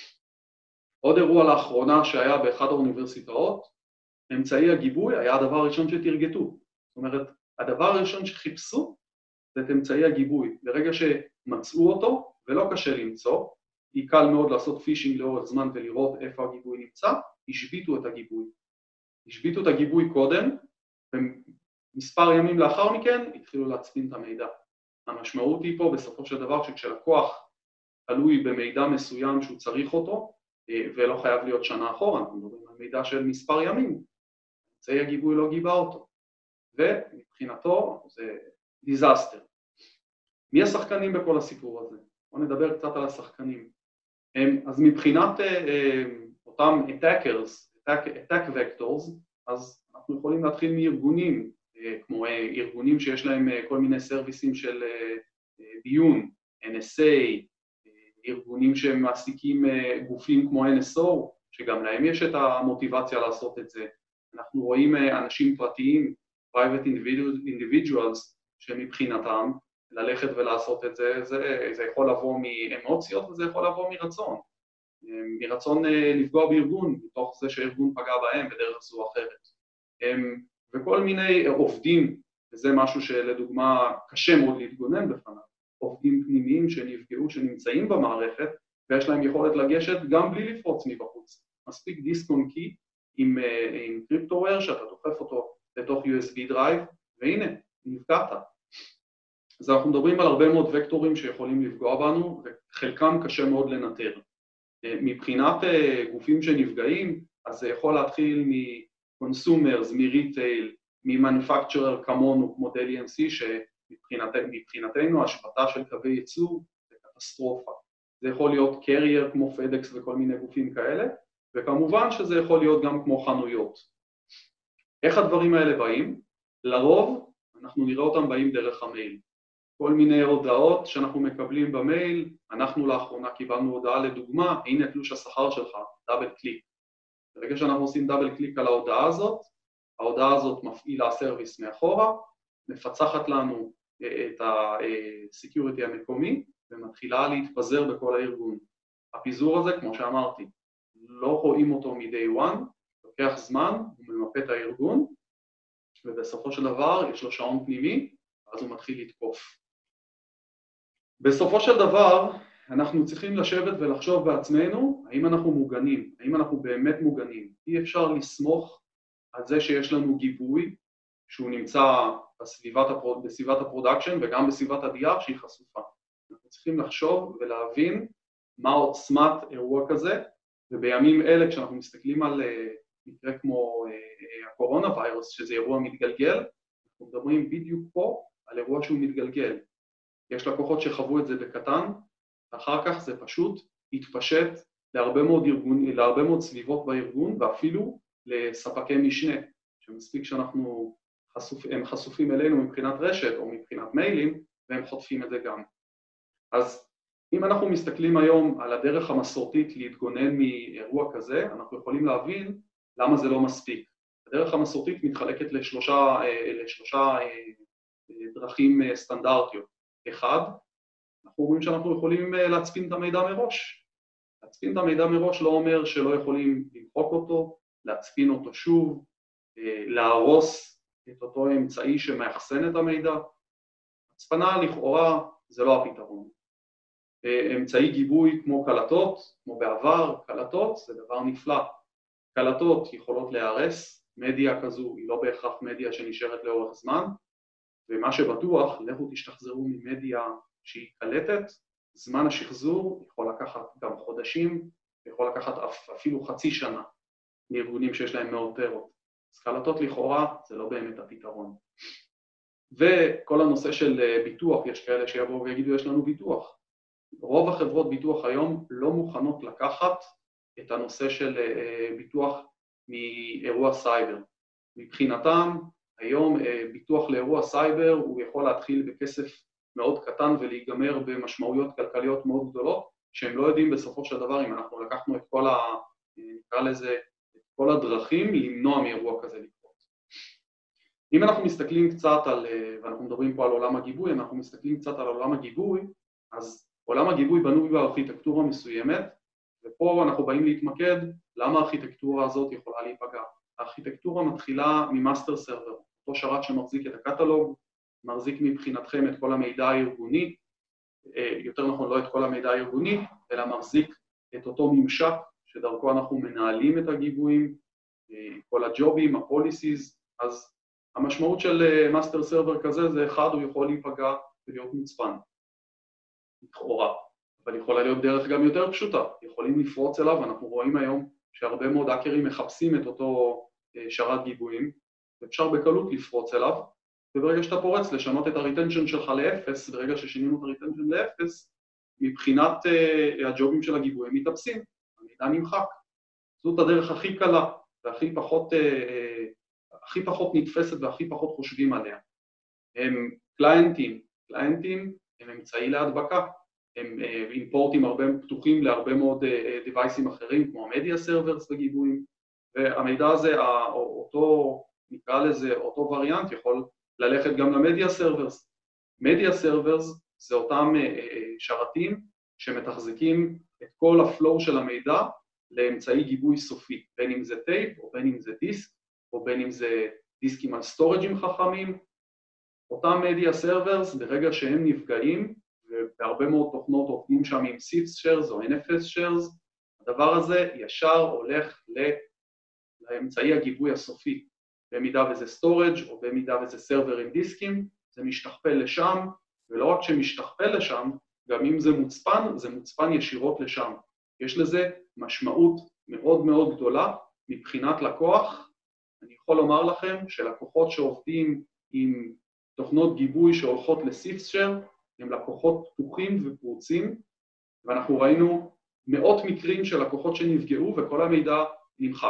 עוד אירוע לאחרונה שהיה באחד האוניברסיטאות, אמצעי הגיבוי היה הדבר הראשון שתרגטו. זאת אומרת, הדבר הראשון שחיפשו זה את אמצעי הגיבוי. ברגע שמצאו אותו, ולא קשה למצוא, היא קל מאוד לעשות פישינג לאורך זמן ולראות איפה הגיבוי נמצא, השביתו את הגיבוי. השביתו את הגיבוי קודם, ומספר ימים לאחר מכן התחילו להצפין את המידע. המשמעות היא פה בסופו של דבר שכשלקוח תלוי במידע מסוים שהוא צריך אותו, ולא חייב להיות שנה אחורה, אנחנו מדברים על מידע של מספר ימים, אמצעי הגיבוי לא גיבה אותו, ומבחינתו זה דיזסטר. מי השחקנים בכל הסיפור הזה? בואו נדבר קצת על השחקנים. אז מבחינת אותם attackers, attack vectors, אז אנחנו יכולים להתחיל מארגונים, כמו ארגונים שיש להם כל מיני סרוויסים של דיון, אן אס איי, ארגונים שמעסיקים גופים כמו אן אס או, שגם להם יש את המוטיבציה לעשות את זה. אנחנו רואים אנשים פרטיים, private individuals, שמבחינתם ללכת ולעשות את זה, זה, זה יכול לבוא מאמוציות וזה יכול לבוא מרצון. מרצון לפגוע בארגון, מתוך זה שארגון פגע בהם בדרך זו או אחרת. וכל מיני עובדים, וזה משהו שלדוגמה קשה מאוד להתגונן בפניו, עובדים פנימיים שנפגעו, שנמצאים במערכת, ויש להם יכולת לגשת גם בלי לפרוץ מבחוץ. מספיק דיסק און קי עם, עם קריפטוור שאתה דוחף אותו לתוך יו אס בי דרייב, והנה, נפגעת. אז אנחנו מדברים על הרבה מאוד וקטורים שיכולים לפגוע בנו, וחלקם קשה מאוד לנטר. מבחינת גופים שנפגעים, אז זה יכול להתחיל מ-consumers, מ-retail, מ-manufacturer כמונו, כמו דל אי אם סי, שמבחינתנו השבתה של קווי ייצור זה קטסטרופה. זה יכול להיות קרייר כמו פדקס וכל מיני גופים כאלה, וכמובן שזה יכול להיות גם כמו חנויות. איך הדברים האלה באים? לרוב אנחנו נראה אותם באים דרך המייל. כל מיני הודעות שאנחנו מקבלים במייל, אנחנו לאחרונה קיבלנו הודעה לדוגמה, הנה תלוש השכר שלך, דאבל קליק. ברגע שאנחנו עושים דאבל קליק על ההודעה הזאת, ההודעה הזאת מפעילה סרוויס מאחורה, מפצחת לנו את ה-security המקומי, ומתחילה להתפזר בכל הארגון. הפיזור הזה, כמו שאמרתי, לא רואים אותו מ-day one, לוקח זמן, הוא ממפה את הארגון, ובסופו של דבר יש לו שעון פנימי, אז הוא מתחיל לתקוף. בסופו של דבר, אנחנו צריכים לשבת ולחשוב בעצמנו, האם אנחנו מוגנים, האם אנחנו באמת מוגנים. אי אפשר לסמוך על זה שיש לנו גיבוי, שהוא נמצא בסביבת, הפרוד, בסביבת הפרודקשן וגם בסביבת ה-די אר שהיא חשופה. אנחנו צריכים לחשוב ולהבין מה עוצמת אירוע כזה, ובימים אלה כשאנחנו מסתכלים על מקרה כמו הקורונה ויירוס, שזה אירוע מתגלגל, אנחנו מדברים בדיוק פה על אירוע שהוא מתגלגל. יש לקוחות שחוו את זה בקטן, ואחר כך זה פשוט התפשט להרבה מאוד, ארגון, להרבה מאוד סביבות בארגון, ואפילו לספקי משנה, שמספיק שאנחנו חשופ, הם חשופים אלינו מבחינת רשת או מבחינת מיילים, והם חוטפים את זה גם. אז אם אנחנו מסתכלים היום על הדרך המסורתית להתגונן מאירוע כזה, אנחנו יכולים להבין למה זה לא מספיק. הדרך המסורתית מתחלקת לשלושה, לשלושה דרכים סטנדרטיות. אחד, אנחנו אומרים שאנחנו יכולים להצפין את המידע מראש. להצפין את המידע מראש לא אומר שלא יכולים למחוק אותו, להצפין אותו שוב, להרוס את אותו אמצעי שמאחסן את המידע. הצפנה לכאורה זה לא הפתרון. אמצעי גיבוי כמו קלטות, כמו בעבר, קלטות זה דבר נפלא. קלטות יכולות להיהרס, מדיה כזו היא לא בהכרח מדיה שנשארת לאורך זמן, ומה שבטוח, לכו תשתחזרו ממדיה שהיא קלטת, זמן השחזור יכול לקחת גם חודשים, יכול לקחת אפילו חצי שנה מארגונים שיש להם מאות טרות. אז קלטות לכאורה זה לא באמת הפתרון. וכל הנושא של ביטוח, יש כאלה שיבואו ויגידו יש לנו ביטוח. רוב החברות ביטוח היום לא מוכנות לקחת את הנושא של ביטוח מאירוע סייבר. מבחינתם, היום ביטוח לאירוע סייבר הוא יכול להתחיל בכסף מאוד קטן ולהיגמר במשמעויות כלכליות מאוד גדולות, שהם לא יודעים בסופו של דבר אם אנחנו לקחנו את כל, ה, נקרא לזה, את כל הדרכים למנוע מאירוע כזה לקרות. אם אנחנו מסתכלים קצת על, ואנחנו מדברים פה על עולם הגיבוי, אנחנו מסתכלים קצת על עולם הגיבוי, אז עולם הגיבוי בנוי בארכיטקטורה מסוימת, ופה אנחנו באים להתמקד למה הארכיטקטורה הזאת יכולה להיפגע. הארכיטקטורה מתחילה ממאסטר סרבר, אותו שרת שמחזיק את הקטלוג, מחזיק מבחינתכם את כל המידע הארגוני, יותר נכון לא את כל המידע הארגוני, אלא מחזיק את אותו ממשק שדרכו אנחנו מנהלים את הגיבויים, כל הג'ובים, הפוליסיז, אז המשמעות של מאסטר סרבר כזה זה אחד, הוא יכול להיפגע ולהיות מוצפן, לכאורה, אבל יכולה להיות דרך גם יותר פשוטה, יכולים לפרוץ אליו, אנחנו רואים היום שהרבה מאוד האקרים מחפשים את אותו שרת גיבויים, ואפשר בקלות לפרוץ אליו, וברגע שאתה פורץ לשנות את הריטנשן שלך לאפס, ברגע ששינינו את הריטנשן לאפס, מבחינת uh, הג'ובים של הגיבויים מתאפסים, המידע נמחק. זאת הדרך הכי קלה והכי פחות, uh, uh, הכי פחות נתפסת והכי פחות חושבים עליה. הם קליינטים, קליינטים הם אמצעי להדבקה, הם uh, אימפורטים הרבה פתוחים להרבה מאוד uh, דיווייסים אחרים, כמו המדיה סרברס וגיבויים, והמידע הזה, אותו, נקרא לזה, אותו וריאנט יכול ללכת גם למדיה סרברס. מדיה סרברס זה אותם שרתים שמתחזקים את כל הפלואו של המידע לאמצעי גיבוי סופי, בין אם זה טייפ, או בין אם זה דיסק, או בין אם זה דיסקים על סטורג'ים חכמים. אותם מדיה סרברס, ברגע שהם נפגעים, ובהרבה מאוד תוכנות עובדים שם עם סיפס שיירס או אן אף אס שיירס, הדבר הזה ישר הולך לאמצעי הגיבוי הסופי. במידה וזה סטורג' או במידה וזה סרבר עם דיסקים, זה משתכפל לשם, ולא רק שמשתכפל לשם, גם אם זה מוצפן, זה מוצפן ישירות לשם. יש לזה משמעות מאוד מאוד גדולה מבחינת לקוח. אני יכול לומר לכם שלקוחות שעובדים עם תוכנות גיבוי שהולכות לסיפסשר, הם לקוחות פתוחים ופרוצים, ואנחנו ראינו מאות מקרים של לקוחות שנפגעו וכל המידע נמחק.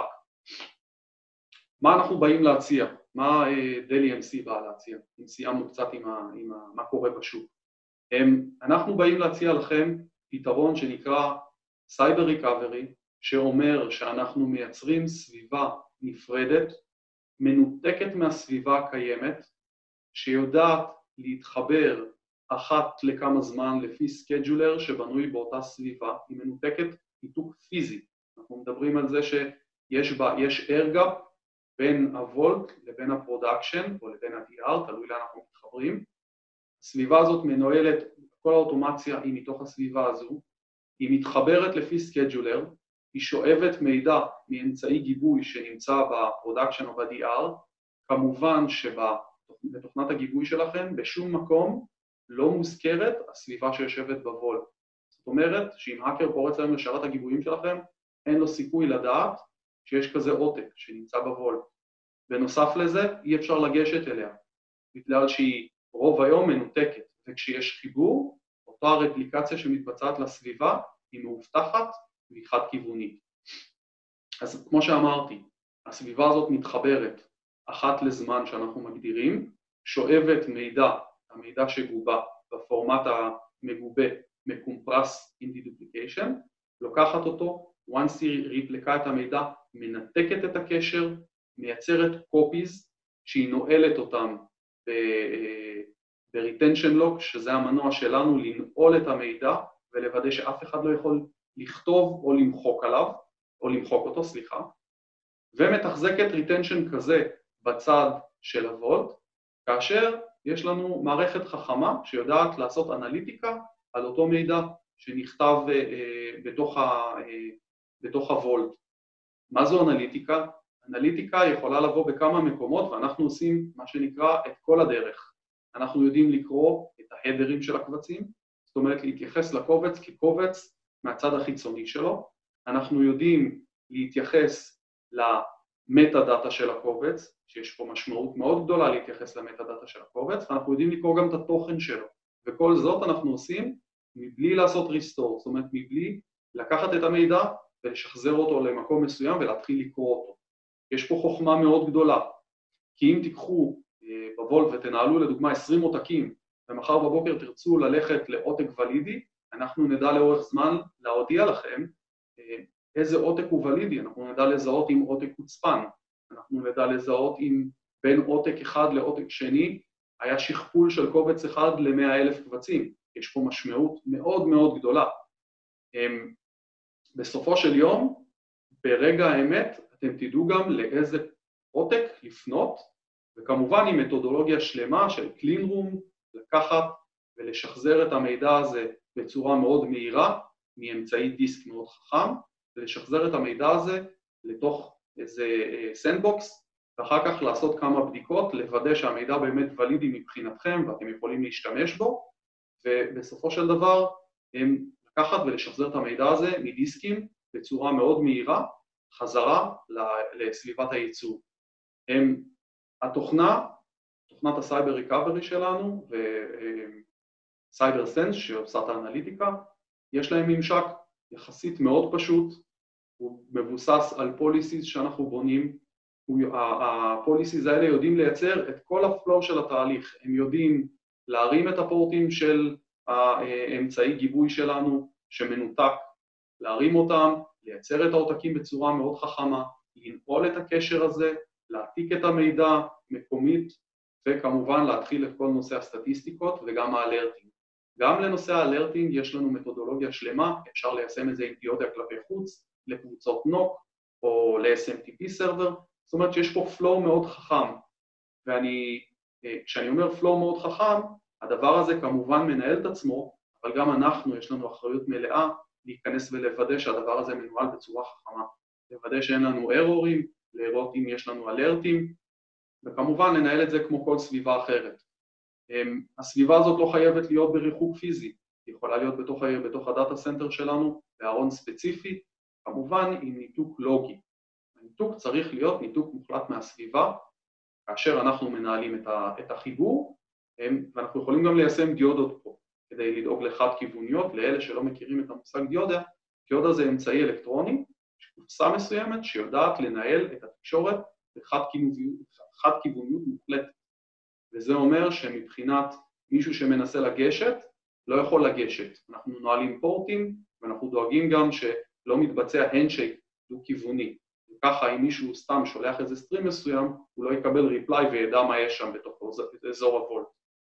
מה אנחנו באים להציע? מה דלי אם סי באה להציע? אם סיימנו קצת עם, ה, עם ה, מה קורה בשוק. אנחנו באים להציע לכם פתרון שנקרא סייבר ריקאברי, שאומר שאנחנו מייצרים סביבה נפרדת, מנותקת מהסביבה הקיימת, שיודעת להתחבר אחת לכמה זמן לפי סקייג'ולר שבנוי באותה סביבה, היא מנותקת ניתוק פיזי. אנחנו מדברים על זה שיש בה, יש air gap בין הוולט לבין הפרודקשן או לבין ה-די אר, תלוי לאן אנחנו מתחברים. הסביבה הזאת מנוהלת, כל האוטומציה היא מתוך הסביבה הזו, היא מתחברת לפי סקייג'ולר, היא שואבת מידע מאמצעי גיבוי שנמצא בפרודקשן או ב-די אר, כמובן שבתוכנת הגיבוי שלכם בשום מקום לא מוזכרת הסביבה שיושבת בוולט. זאת אומרת שאם האקר פורץ היום לשרת הגיבויים שלכם, אין לו סיכוי לדעת שיש כזה עותק שנמצא בוולט. בנוסף לזה, אי אפשר לגשת אליה, בגלל שהיא רוב היום מנותקת, וכשיש חיבור, אותה הרפליקציה שמתבצעת לסביבה היא מאובטחת והיא חד-כיוונית. אז כמו שאמרתי, הסביבה הזאת מתחברת אחת לזמן שאנחנו מגדירים, שואבת מידע, המידע שגובה בפורמט המגובה מקומפרס in deduplication, לוקחת אותו, once היא ריפליקה את המידע, מנתקת את הקשר, מייצרת copies שהיא נועלת אותם ב-retention lock, שזה המנוע שלנו לנעול את המידע ולוודא שאף אחד לא יכול לכתוב או למחוק עליו, או למחוק אותו, סליחה, ומתחזקת retention כזה בצד של הוולט, כאשר יש לנו מערכת חכמה שיודעת לעשות אנליטיקה על אותו מידע שנכתב בתוך, ה, בתוך הוולט. מה זו אנליטיקה? אנליטיקה יכולה לבוא בכמה מקומות, ואנחנו עושים מה שנקרא את כל הדרך. אנחנו יודעים לקרוא את ההדרים של הקבצים, זאת אומרת להתייחס לקובץ כקובץ מהצד החיצוני שלו. אנחנו יודעים להתייחס למטה דאטה של הקובץ, שיש פה משמעות מאוד גדולה להתייחס למטה דאטה של הקובץ, ואנחנו יודעים לקרוא גם את התוכן שלו. וכל זאת אנחנו עושים מבלי לעשות ריסטור, זאת אומרת מבלי לקחת את המידע ולשחזר אותו למקום מסוים ולהתחיל לקרוא אותו. יש פה חוכמה מאוד גדולה, כי אם תיקחו בוולט ותנהלו לדוגמה עשרים עותקים, ומחר בבוקר תרצו ללכת לעותק ולידי, אנחנו נדע לאורך זמן להודיע לכם איזה עותק הוא ולידי, אנחנו נדע לזהות אם עותק הוצפן, אנחנו נדע לזהות אם בין עותק אחד לעותק שני היה שכפול של קובץ אחד ל-מאה אלף קבצים. יש פה משמעות מאוד מאוד גדולה. בסופו של יום, ברגע האמת, אתם תדעו גם לאיזה עותק לפנות, וכמובן עם מתודולוגיה שלמה של clean room, לקחת ולשחזר את המידע הזה בצורה מאוד מהירה, מאמצעי דיסק מאוד חכם, ולשחזר את המידע הזה לתוך איזה סנדבוקס, ואחר כך לעשות כמה בדיקות, לוודא שהמידע באמת ולידי מבחינתכם, ואתם יכולים להשתמש בו, ובסופו של דבר הם לקחת ולשחזר את המידע הזה מדיסקים בצורה מאוד מהירה, חזרה לסביבת הייצור. הם, התוכנה, תוכנת הסייבר ריקאברי שלנו, וסייבר סנס שעושה את האנליטיקה, יש להם ממשק יחסית מאוד פשוט, הוא מבוסס על פוליסיס שאנחנו בונים, הפוליסיס האלה יודעים לייצר את כל הפלואו של התהליך, הם יודעים להרים את הפורטים של האמצעי גיבוי שלנו שמנותק, להרים אותם, לייצר את העותקים בצורה מאוד חכמה, לנעול את הקשר הזה, להעתיק את המידע מקומית, וכמובן להתחיל את כל נושא הסטטיסטיקות וגם האלרטינג. גם לנושא האלרטינג יש לנו מתודולוגיה שלמה, אפשר ליישם את זה עם דיודיה כלפי חוץ, לקבוצות נוק או ל-אס אם טי פי סרבר, זאת אומרת שיש פה פלואו מאוד חכם, ואני, כשאני אומר פלואו מאוד חכם, הדבר הזה כמובן מנהל את עצמו, אבל גם אנחנו, יש לנו אחריות מלאה להיכנס ולוודא שהדבר הזה מנוהל בצורה חכמה, לוודא שאין לנו ארורים, לראות אם יש לנו אלרטים, וכמובן לנהל את זה כמו כל סביבה אחרת. הסביבה הזאת לא חייבת להיות בריחוק פיזי, היא יכולה להיות בתוך, בתוך הדאטה סנטר שלנו, בארון ספציפי, כמובן עם ניתוק לוגי. הניתוק צריך להיות ניתוק מוחלט מהסביבה, כאשר אנחנו מנהלים את, ה, את החיבור, ואנחנו יכולים גם ליישם דיודות פה, כדי לדאוג לחד כיווניות, לאלה שלא מכירים את המושג דיודה, דיודה זה אמצעי אלקטרוני, קופסה מסוימת שיודעת לנהל את התקשורת בחד כיווניות, חד כיווניות מוחלטת. וזה אומר שמבחינת מישהו שמנסה לגשת, לא יכול לגשת. אנחנו נועלים פורטים, ואנחנו דואגים גם שלא מתבצע הנדשייק דו-כיווני. וככה אם מישהו סתם שולח איזה סטרים מסוים, הוא לא יקבל ריפליי וידע מה יש שם בתוך אזור הוולט.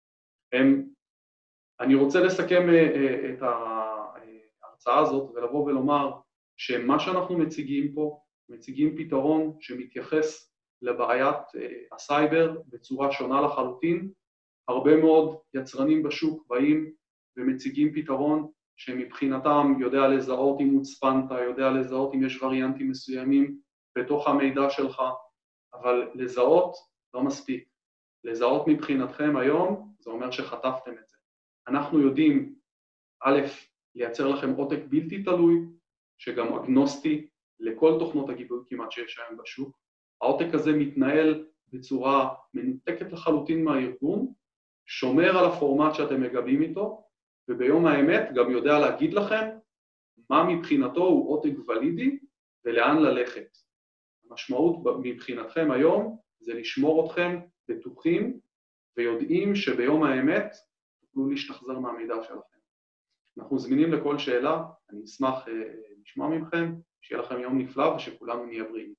אני רוצה לסכם את ההרצאה הזאת ולבוא ולומר שמה שאנחנו מציגים פה, מציגים פתרון שמתייחס לבעיית הסייבר בצורה שונה לחלוטין. הרבה מאוד יצרנים בשוק באים ומציגים פתרון שמבחינתם יודע לזהות אם הוצפנת, יודע לזהות אם יש וריאנטים מסוימים בתוך המידע שלך, אבל לזהות לא מספיק. לזהות מבחינתכם היום, זה אומר שחטפתם את זה. אנחנו יודעים, א', לייצר לכם עותק בלתי תלוי, שגם אגנוסטי לכל תוכנות הגיבוי כמעט שיש היום בשוק. העותק הזה מתנהל בצורה מנותקת לחלוטין מהארגון, שומר על הפורמט שאתם מגבים איתו, וביום האמת גם יודע להגיד לכם מה מבחינתו הוא עותק ולידי ולאן ללכת. המשמעות מבחינתכם היום זה לשמור אתכם בטוחים ויודעים שביום האמת תוכלו להשתחזר מהמידע שלכם. אנחנו זמינים לכל שאלה, אני אשמח לשמוע מכם, שיהיה לכם יום נפלא ושכולנו נהיה בריאים.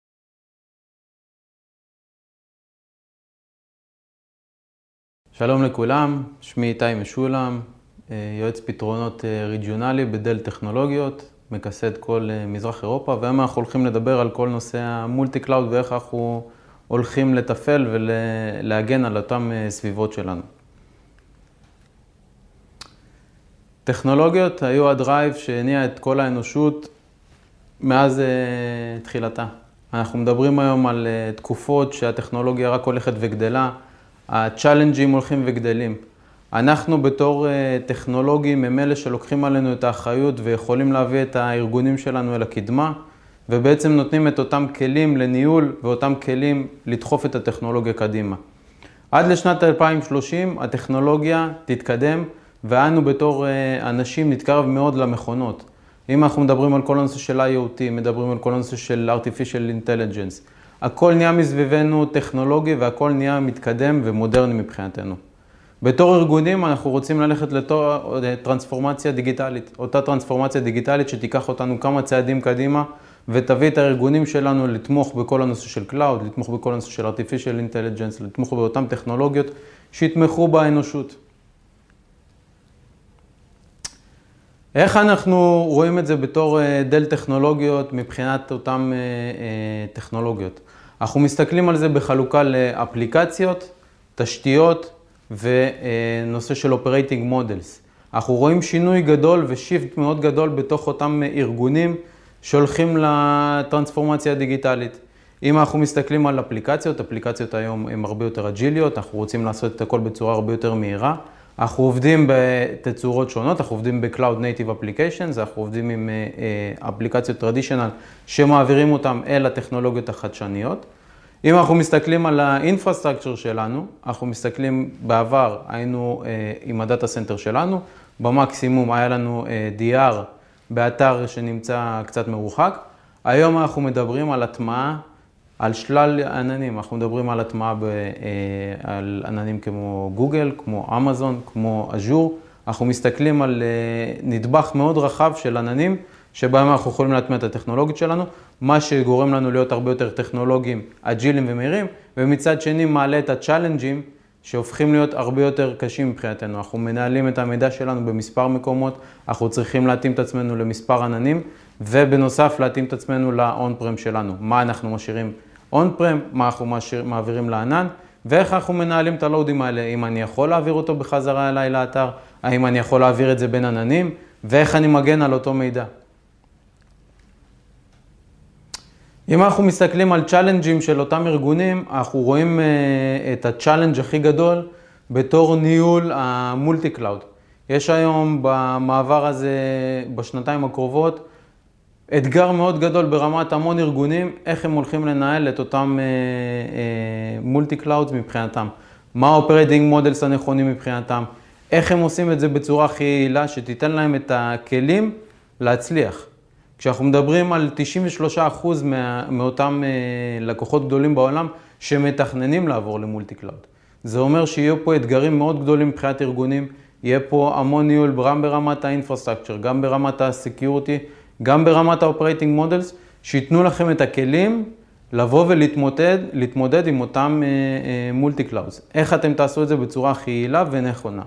שלום לכולם, שמי איתי משולם, יועץ פתרונות ריג'יונלי בדל טכנולוגיות, מכסה את כל מזרח אירופה, והיום אנחנו הולכים לדבר על כל נושא המולטי קלאוד ואיך אנחנו הולכים לטפל ולהגן על אותם סביבות שלנו. טכנולוגיות היו הדרייב שהניע את כל האנושות מאז תחילתה. אנחנו מדברים היום על תקופות שהטכנולוגיה רק הולכת וגדלה, הצ'אלנג'ים הולכים וגדלים. אנחנו בתור טכנולוגים הם אלה שלוקחים עלינו את האחריות ויכולים להביא את הארגונים שלנו אל הקדמה, ובעצם נותנים את אותם כלים לניהול ואותם כלים לדחוף את הטכנולוגיה קדימה. עד לשנת אלפיים ושלושים הטכנולוגיה תתקדם, ואנו בתור אנשים נתקרב מאוד למכונות. אם אנחנו מדברים על כל הנושא של איי או טי, מדברים על כל הנושא של Artificial Intelligence, הכל נהיה מסביבנו טכנולוגי והכל נהיה מתקדם ומודרני מבחינתנו. בתור ארגונים אנחנו רוצים ללכת לתור טרנספורמציה דיגיטלית. אותה טרנספורמציה דיגיטלית שתיקח אותנו כמה צעדים קדימה ותביא את הארגונים שלנו לתמוך בכל הנושא של Cloud, לתמוך בכל הנושא של Artificial Intelligence, לתמוך באותן טכנולוגיות שיתמכו באנושות. איך אנחנו רואים את זה בתור דל טכנולוגיות מבחינת אותן טכנולוגיות? אנחנו מסתכלים על זה בחלוקה לאפליקציות, תשתיות ונושא של Operating Models. אנחנו רואים שינוי גדול ושיפט מאוד גדול בתוך אותם ארגונים שהולכים לטרנספורמציה הדיגיטלית. אם אנחנו מסתכלים על אפליקציות, אפליקציות היום הן הרבה יותר אג'יליות, אנחנו רוצים לעשות את הכל בצורה הרבה יותר מהירה. אנחנו עובדים בתצורות שונות, אנחנו עובדים ב-Cloud Native Applications, אנחנו עובדים עם אפליקציות טרדישיונל שמעבירים אותם אל הטכנולוגיות החדשניות. אם אנחנו מסתכלים על האינפרסטרקצ'ר שלנו, אנחנו מסתכלים בעבר, היינו עם הדאטה סנטר שלנו, במקסימום היה לנו די אר באתר שנמצא קצת מרוחק. היום אנחנו מדברים על הטמעה, על שלל עננים, אנחנו מדברים על הטמעה על עננים כמו גוגל, כמו אמזון, כמו אז'ור. אנחנו מסתכלים על נדבך מאוד רחב של עננים, שבהם אנחנו יכולים להטמיע את הטכנולוגיות שלנו, מה שגורם לנו להיות הרבה יותר טכנולוגיים, אג'ילים ומהירים, ומצד שני מעלה את הצ'אלנג'ים, שהופכים להיות הרבה יותר קשים מבחינתנו. אנחנו מנהלים את המידע שלנו במספר מקומות, אנחנו צריכים להתאים את עצמנו למספר עננים, ובנוסף להתאים את עצמנו ל-on-prem שלנו. מה אנחנו משאירים on-prem, מה אנחנו משאיר, מעבירים לענן, ואיך אנחנו מנהלים את הלואודים האלה, אם אני יכול להעביר אותו בחזרה אליי לאתר, האם אני יכול להעביר את זה בין עננים, ואיך אני מגן על אותו מידע. אם אנחנו מסתכלים על צ'אלנג'ים של אותם ארגונים, אנחנו רואים את הצ'אלנג' הכי גדול בתור ניהול המולטי קלאוד. יש היום במעבר הזה, בשנתיים הקרובות, אתגר מאוד גדול ברמת המון ארגונים, איך הם הולכים לנהל את אותם מולטי קלאודס מבחינתם. מה האופרייטינג מודלס הנכונים מבחינתם, איך הם עושים את זה בצורה הכי יעילה, שתיתן להם את הכלים להצליח. כשאנחנו מדברים על תשעים ושלושה אחוז מאותם לקוחות גדולים בעולם שמתכננים לעבור למולטי קלאוד. זה אומר שיהיו פה אתגרים מאוד גדולים מבחינת ארגונים, יהיה פה המון ניהול גם ברמת האינפרסטרקצ'ר, גם ברמת הסקיוריטי, גם ברמת האופרייטינג מודלס, שיתנו לכם את הכלים לבוא ולהתמודד להתמודד עם אותם מולטי קלאודס. איך אתם תעשו את זה בצורה הכי יעילה ונכונה.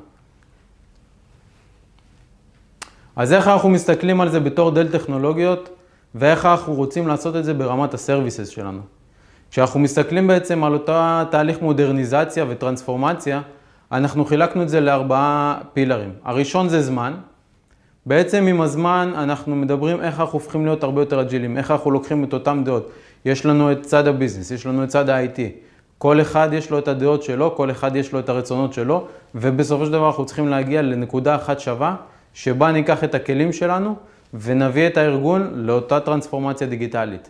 אז איך אנחנו מסתכלים על זה בתור דל טכנולוגיות, ואיך אנחנו רוצים לעשות את זה ברמת הסרוויסס שלנו. כשאנחנו מסתכלים בעצם על אותה תהליך מודרניזציה וטרנספורמציה, אנחנו חילקנו את זה לארבעה פילרים. הראשון זה זמן. בעצם עם הזמן אנחנו מדברים איך אנחנו הופכים להיות הרבה יותר אג'ילים, איך אנחנו לוקחים את אותם דעות. יש לנו את צד הביזנס, יש לנו את צד ה-איי טי. כל אחד יש לו את הדעות שלו, כל אחד יש לו את הרצונות שלו, ובסופו של דבר אנחנו צריכים להגיע לנקודה אחת שווה, שבה ניקח את הכלים שלנו ונביא את הארגון לאותה טרנספורמציה דיגיטלית.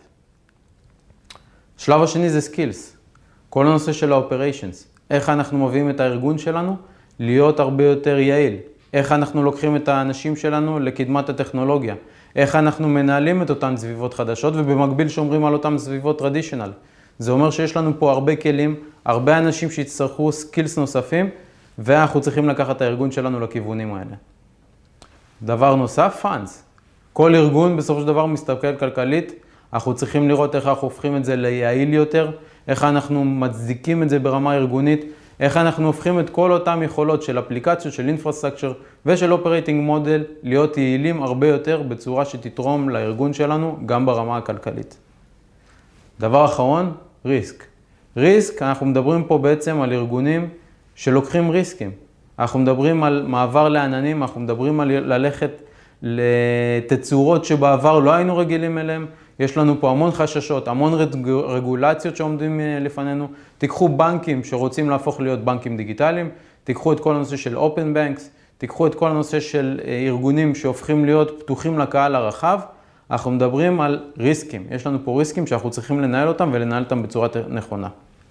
שלב השני זה סקילס. כל הנושא של האופריישנס. איך אנחנו מביאים את הארגון שלנו להיות הרבה יותר יעיל. איך אנחנו לוקחים את האנשים שלנו לקדמת הטכנולוגיה. איך אנחנו מנהלים את אותן סביבות חדשות ובמקביל שומרים על אותן סביבות טרדישיונל. זה אומר שיש לנו פה הרבה כלים, הרבה אנשים שיצטרכו סקילס נוספים, ואנחנו צריכים לקחת את הארגון שלנו לכיוונים האלה. דבר נוסף, פאנס. כל ארגון בסופו של דבר מסתכל כלכלית, אנחנו צריכים לראות איך אנחנו הופכים את זה ליעיל יותר, איך אנחנו מצדיקים את זה ברמה ארגונית, איך אנחנו הופכים את כל אותם יכולות של אפליקציות, של אינפרסטרקצ'ר ושל אופרייטינג מודל להיות יעילים הרבה יותר בצורה שתתרום לארגון שלנו גם ברמה הכלכלית. דבר אחרון, ריסק. ריסק, אנחנו מדברים פה בעצם על ארגונים שלוקחים ריסקים. אנחנו מדברים על מעבר לעננים, אנחנו מדברים על ללכת לתצורות שבעבר לא היינו רגילים אליהם. יש לנו פה המון חששות, המון רגולציות שעומדים לפנינו. תיקחו בנקים שרוצים להפוך להיות בנקים דיגיטליים, תיקחו את כל הנושא של Open Banks, תיקחו את כל הנושא של ארגונים שהופכים להיות פתוחים לקהל הרחב. אנחנו מדברים על ריסקים. יש לנו פה ריסקים שאנחנו צריכים לנהל אותם ולנהל אותם בצורה נכונה.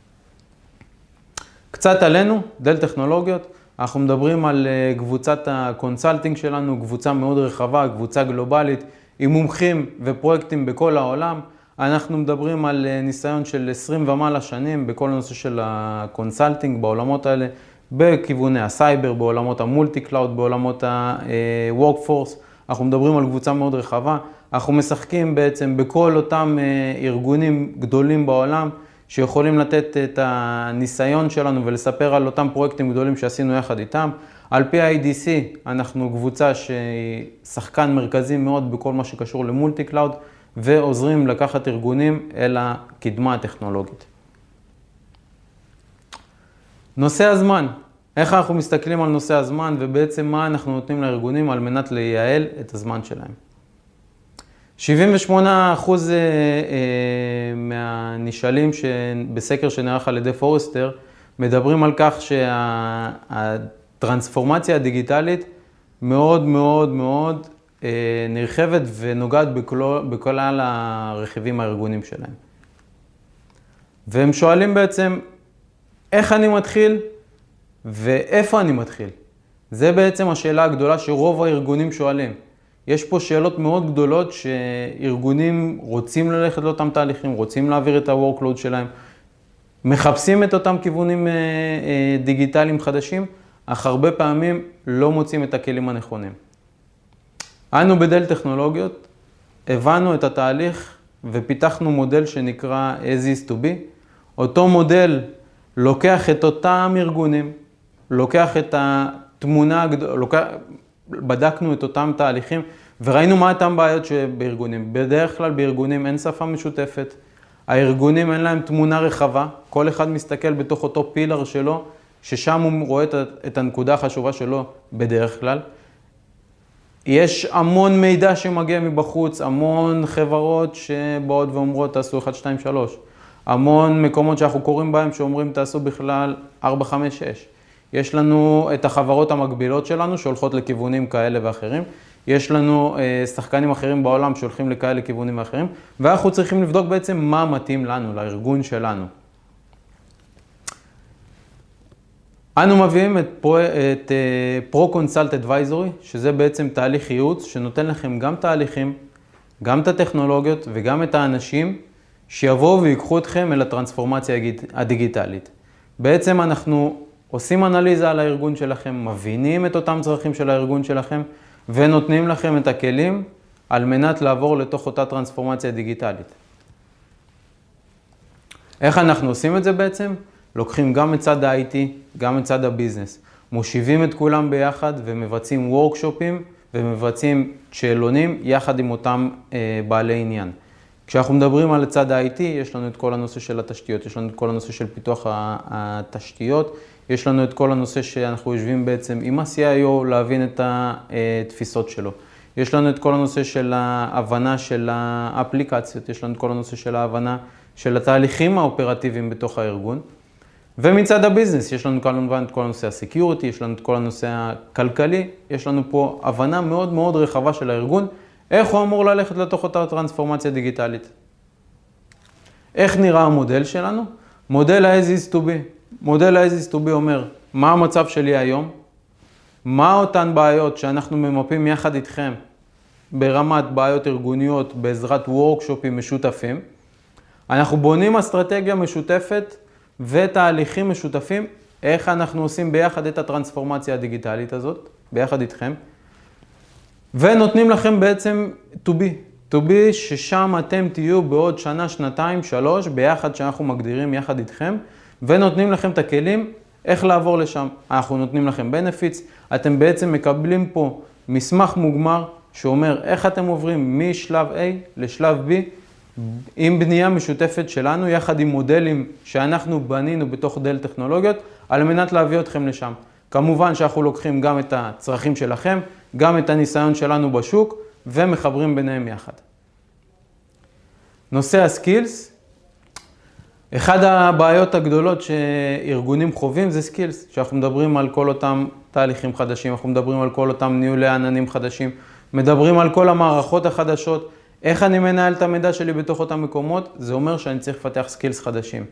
קצת עלינו, דל טכנולוגיות. אנחנו מדברים על קבוצת הקונסלטינג שלנו, קבוצה מאוד רחבה, קבוצה גלובלית, עם מומחים ופרויקטים בכל העולם. אנחנו מדברים על ניסיון של עשרים ומעלה שנים בכל הנושא של הקונסלטינג בעולמות האלה, בכיווני הסייבר, בעולמות המולטי קלאוד, בעולמות ה-workforce. אנחנו מדברים על קבוצה מאוד רחבה. אנחנו משחקים בעצם בכל אותם ארגונים גדולים בעולם, שיכולים לתת את הניסיון שלנו ולספר על אותם פרויקטים גדולים שעשינו יחד איתם. על פי ה-איי די סי אנחנו קבוצה שהיא שחקן מרכזי מאוד בכל מה שקשור למולטי קלאוד, ועוזרים לקחת ארגונים אל הקדמה הטכנולוגית. נושא הזמן, איך אנחנו מסתכלים על נושא הזמן ובעצם מה אנחנו נותנים לארגונים על מנת לייעל את הזמן שלהם. שבעים ושמונה אחוז מהנשאלים בסקר שנערך על ידי פורסטר מדברים על כך שהטרנספורמציה הדיגיטלית מאוד מאוד מאוד נרחבת ונוגעת בכל הרכיבים הארגונים שלהם. והם שואלים בעצם איך אני מתחיל ואיפה אני מתחיל. זה בעצם השאלה הגדולה שרוב הארגונים שואלים. יש פה שאלות מאוד גדולות שארגונים רוצים ללכת לאותם תהליכים, רוצים להעביר את ה-workload שלהם, מחפשים את אותם כיוונים דיגיטליים חדשים, אך הרבה פעמים לא מוצאים את הכלים הנכונים. אנו בדל טכנולוגיות הבנו את התהליך ופיתחנו מודל שנקרא as is to be. אותו מודל לוקח את אותם ארגונים, לוקח את התמונה הגדולה, בדקנו את אותם תהליכים וראינו מה אותם בעיות שבארגונים. בדרך כלל בארגונים אין שפה משותפת, הארגונים אין להם תמונה רחבה, כל אחד מסתכל בתוך אותו פילר שלו, ששם הוא רואה את הנקודה החשובה שלו בדרך כלל. יש המון מידע שמגיע מבחוץ, המון חברות שבאות ואומרות תעשו אחת, שתיים, שלוש. המון מקומות שאנחנו קוראים בהם שאומרים תעשו בכלל ארבע, חמש, שש. יש לנו את החברות המקבילות שלנו שהולכות לכיוונים כאלה ואחרים. יש לנו שחקנים אחרים בעולם שהולכים לכאלה כיוונים ואחרים. ואנחנו צריכים לבדוק בעצם מה מתאים לנו, לארגון שלנו. אנו מביאים את פרו, את Pro Consult Advisory, שזה בעצם תהליך ייעוץ שנותן לכם גם תהליכים, גם את הטכנולוגיות וגם את האנשים שיבואו ויקחו אתכם אל הטרנספורמציה הדיגיטלית. בעצם אנחנו עושים אנליזה על הארגון שלכם, מבינים את אותם צרכים של הארגון שלכם, ונותנים לכם את הכלים על מנת לעבור לתוך אותה טרנספורמציה דיגיטלית. איך אנחנו עושים את זה בעצם? לוקחים גם את צד ה-איי טי, גם את צד הביזנס. מושיבים את כולם ביחד ומבצעים וורקשופים ומבצעים שאלונים יחד עם אותם אה, בעלי עניין. כשאנחנו מדברים על צד ה-איי טי, יש לנו את כל הנושא של התשתיות, יש לנו את כל הנושא של פיתוח התשתיות, יש לנו את כל הנושא שאנחנו יושבים בעצם עם ה-סי איי או להבין את התפיסות שלו. יש לנו את כל הנושא של ההבנה של האפליקציות, יש לנו את כל הנושא של ההבנה של התהליכים האופרטיביים בתוך הארגון. ומצד הביזנס, יש לנו כמובן את כל הנושא הסקיוריטי, יש לנו את כל הנושא הכלכלי, יש לנו פה הבנה מאוד מאוד רחבה של הארגון, איך הוא אמור ללכת לתוך אותה טרנספורמציה דיגיטלית. איך נראה המודל שלנו? מודל ה-as is to be. מודל ה-as is to be אומר, מה המצב שלי היום? מה אותן בעיות שאנחנו ממפים יחד איתכם ברמת בעיות ארגוניות בעזרת וורקשופים משותפים? אנחנו בונים אסטרטגיה משותפת ותהליכים משותפים, איך אנחנו עושים ביחד את הטרנספורמציה הדיגיטלית הזאת, ביחד איתכם. ונותנים לכם בעצם to be, to be ששם אתם תהיו בעוד שנה, שנתיים, שלוש, ביחד שאנחנו מגדירים יחד איתכם, ונותנים לכם את הכלים איך לעבור לשם. אנחנו נותנים לכם benefits, אתם בעצם מקבלים פה מסמך מוגמר שאומר איך אתם עוברים משלב A לשלב B, עם בנייה משותפת שלנו, יחד עם מודלים שאנחנו בנינו בתוך דל טכנולוגיות, על מנת להביא אתכם לשם. כמובן שאנחנו לוקחים גם את הצרכים שלכם, גם את הניסיון שלנו בשוק, ומחברים ביניהם יחד. נושא הסקילס, אחד הבעיות הגדולות שארגונים חווים זה סקילס, שאנחנו מדברים על כל אותם תהליכים חדשים, אנחנו מדברים על כל אותם ניהולי עננים חדשים, מדברים על כל המערכות החדשות, איך אני מנהל את המידע שלי בתוך אותם מקומות, זה אומר שאני צריך לפתח סקילס חדשים.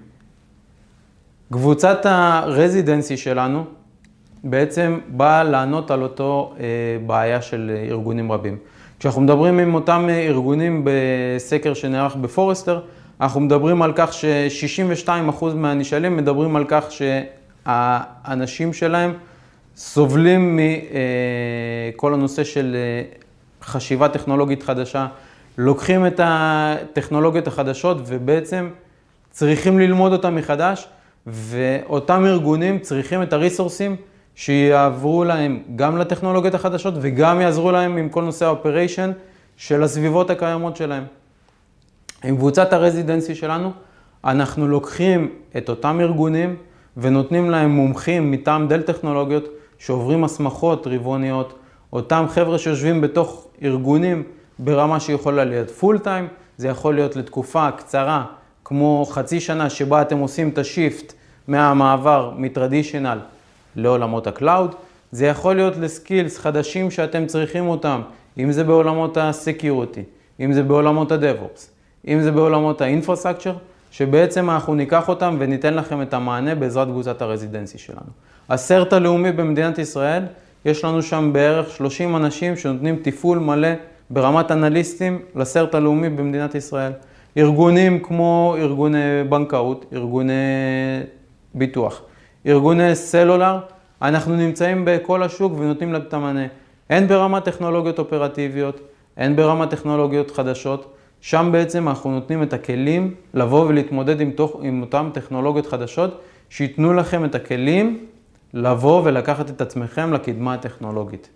קבוצת הרזידנסי שלנו בעצם באה לענות על אותו אה, בעיה של ארגונים רבים. כשאנחנו מדברים עם אותם ארגונים בסקר שנערך בפורסטר, אנחנו מדברים על כך ש-שישים ושתיים אחוז מהנשאלים מדברים על כך שהאנשים שלהם סובלים מכל הנושא של חשיבה טכנולוגית חדשה, לוקחים את הטכנולוגיות החדשות ובעצם צריכים ללמוד אותם מחדש, ואותם ארגונים צריכים את הריסורסים שיעברו להם גם לטכנולוגיות החדשות וגם יעזרו להם עם כל נושא האופריישן של הסביבות הקיימות שלהם. עם קבוצת הרזידנסי שלנו, אנחנו לוקחים את אותם ארגונים ונותנים להם מומחים מטעם דל טכנולוגיות שעוברים הסמכות רבעוניות, אותם חבר'ה שיושבים בתוך ארגונים ברמה שיכולה להיות פול טיים, זה יכול להיות לתקופה קצרה, כמו חצי שנה שבה אתם עושים את השיפט מהמעבר מטרדישיונל לעולמות הקלאוד, זה יכול להיות לסקילס חדשים שאתם צריכים אותם, אם זה בעולמות הסקיוריטי, אם זה בעולמות הדב-אופס, אם זה בעולמות האינפרסטרקצ'ר, שבעצם אנחנו ניקח אותם וניתן לכם את המענה בעזרת קבוצת הרזידנסי שלנו. הסרט הלאומי במדינת ישראל, יש לנו שם בערך שלושים אנשים שנותנים טיפול מלא ברמת אנליסטים לסרט הלאומי במדינת ישראל. ארגונים כמו ארגוני בנקאות, ארגוני ביטוח, ארגוני סלולר, אנחנו נמצאים בכל השוק ונותנים להם את המענה. הן ברמת טכנולוגיות אופרטיביות, הן ברמת טכנולוגיות חדשות, שם בעצם אנחנו נותנים את הכלים לבוא ולהתמודד עם, תוך, עם אותם טכנולוגיות חדשות, שיתנו לכם את הכלים לבוא ולקחת את עצמכם לקדמה הטכנולוגית.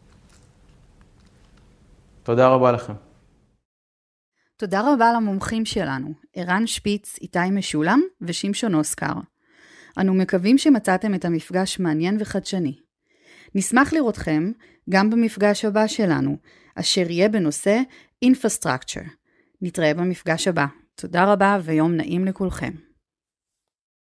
תודה רבה לכם. תודה רבה למומחים שלנו, ערן שפיץ, איתי משולם ושמשון אוסקר. אנו מקווים שמצאתם את המפגש מעניין וחדשני. נשמח לראותכם גם במפגש הבא שלנו, אשר יהיה בנושא Infrastructure. נתראה במפגש הבא. תודה רבה ויום נעים לכולכם.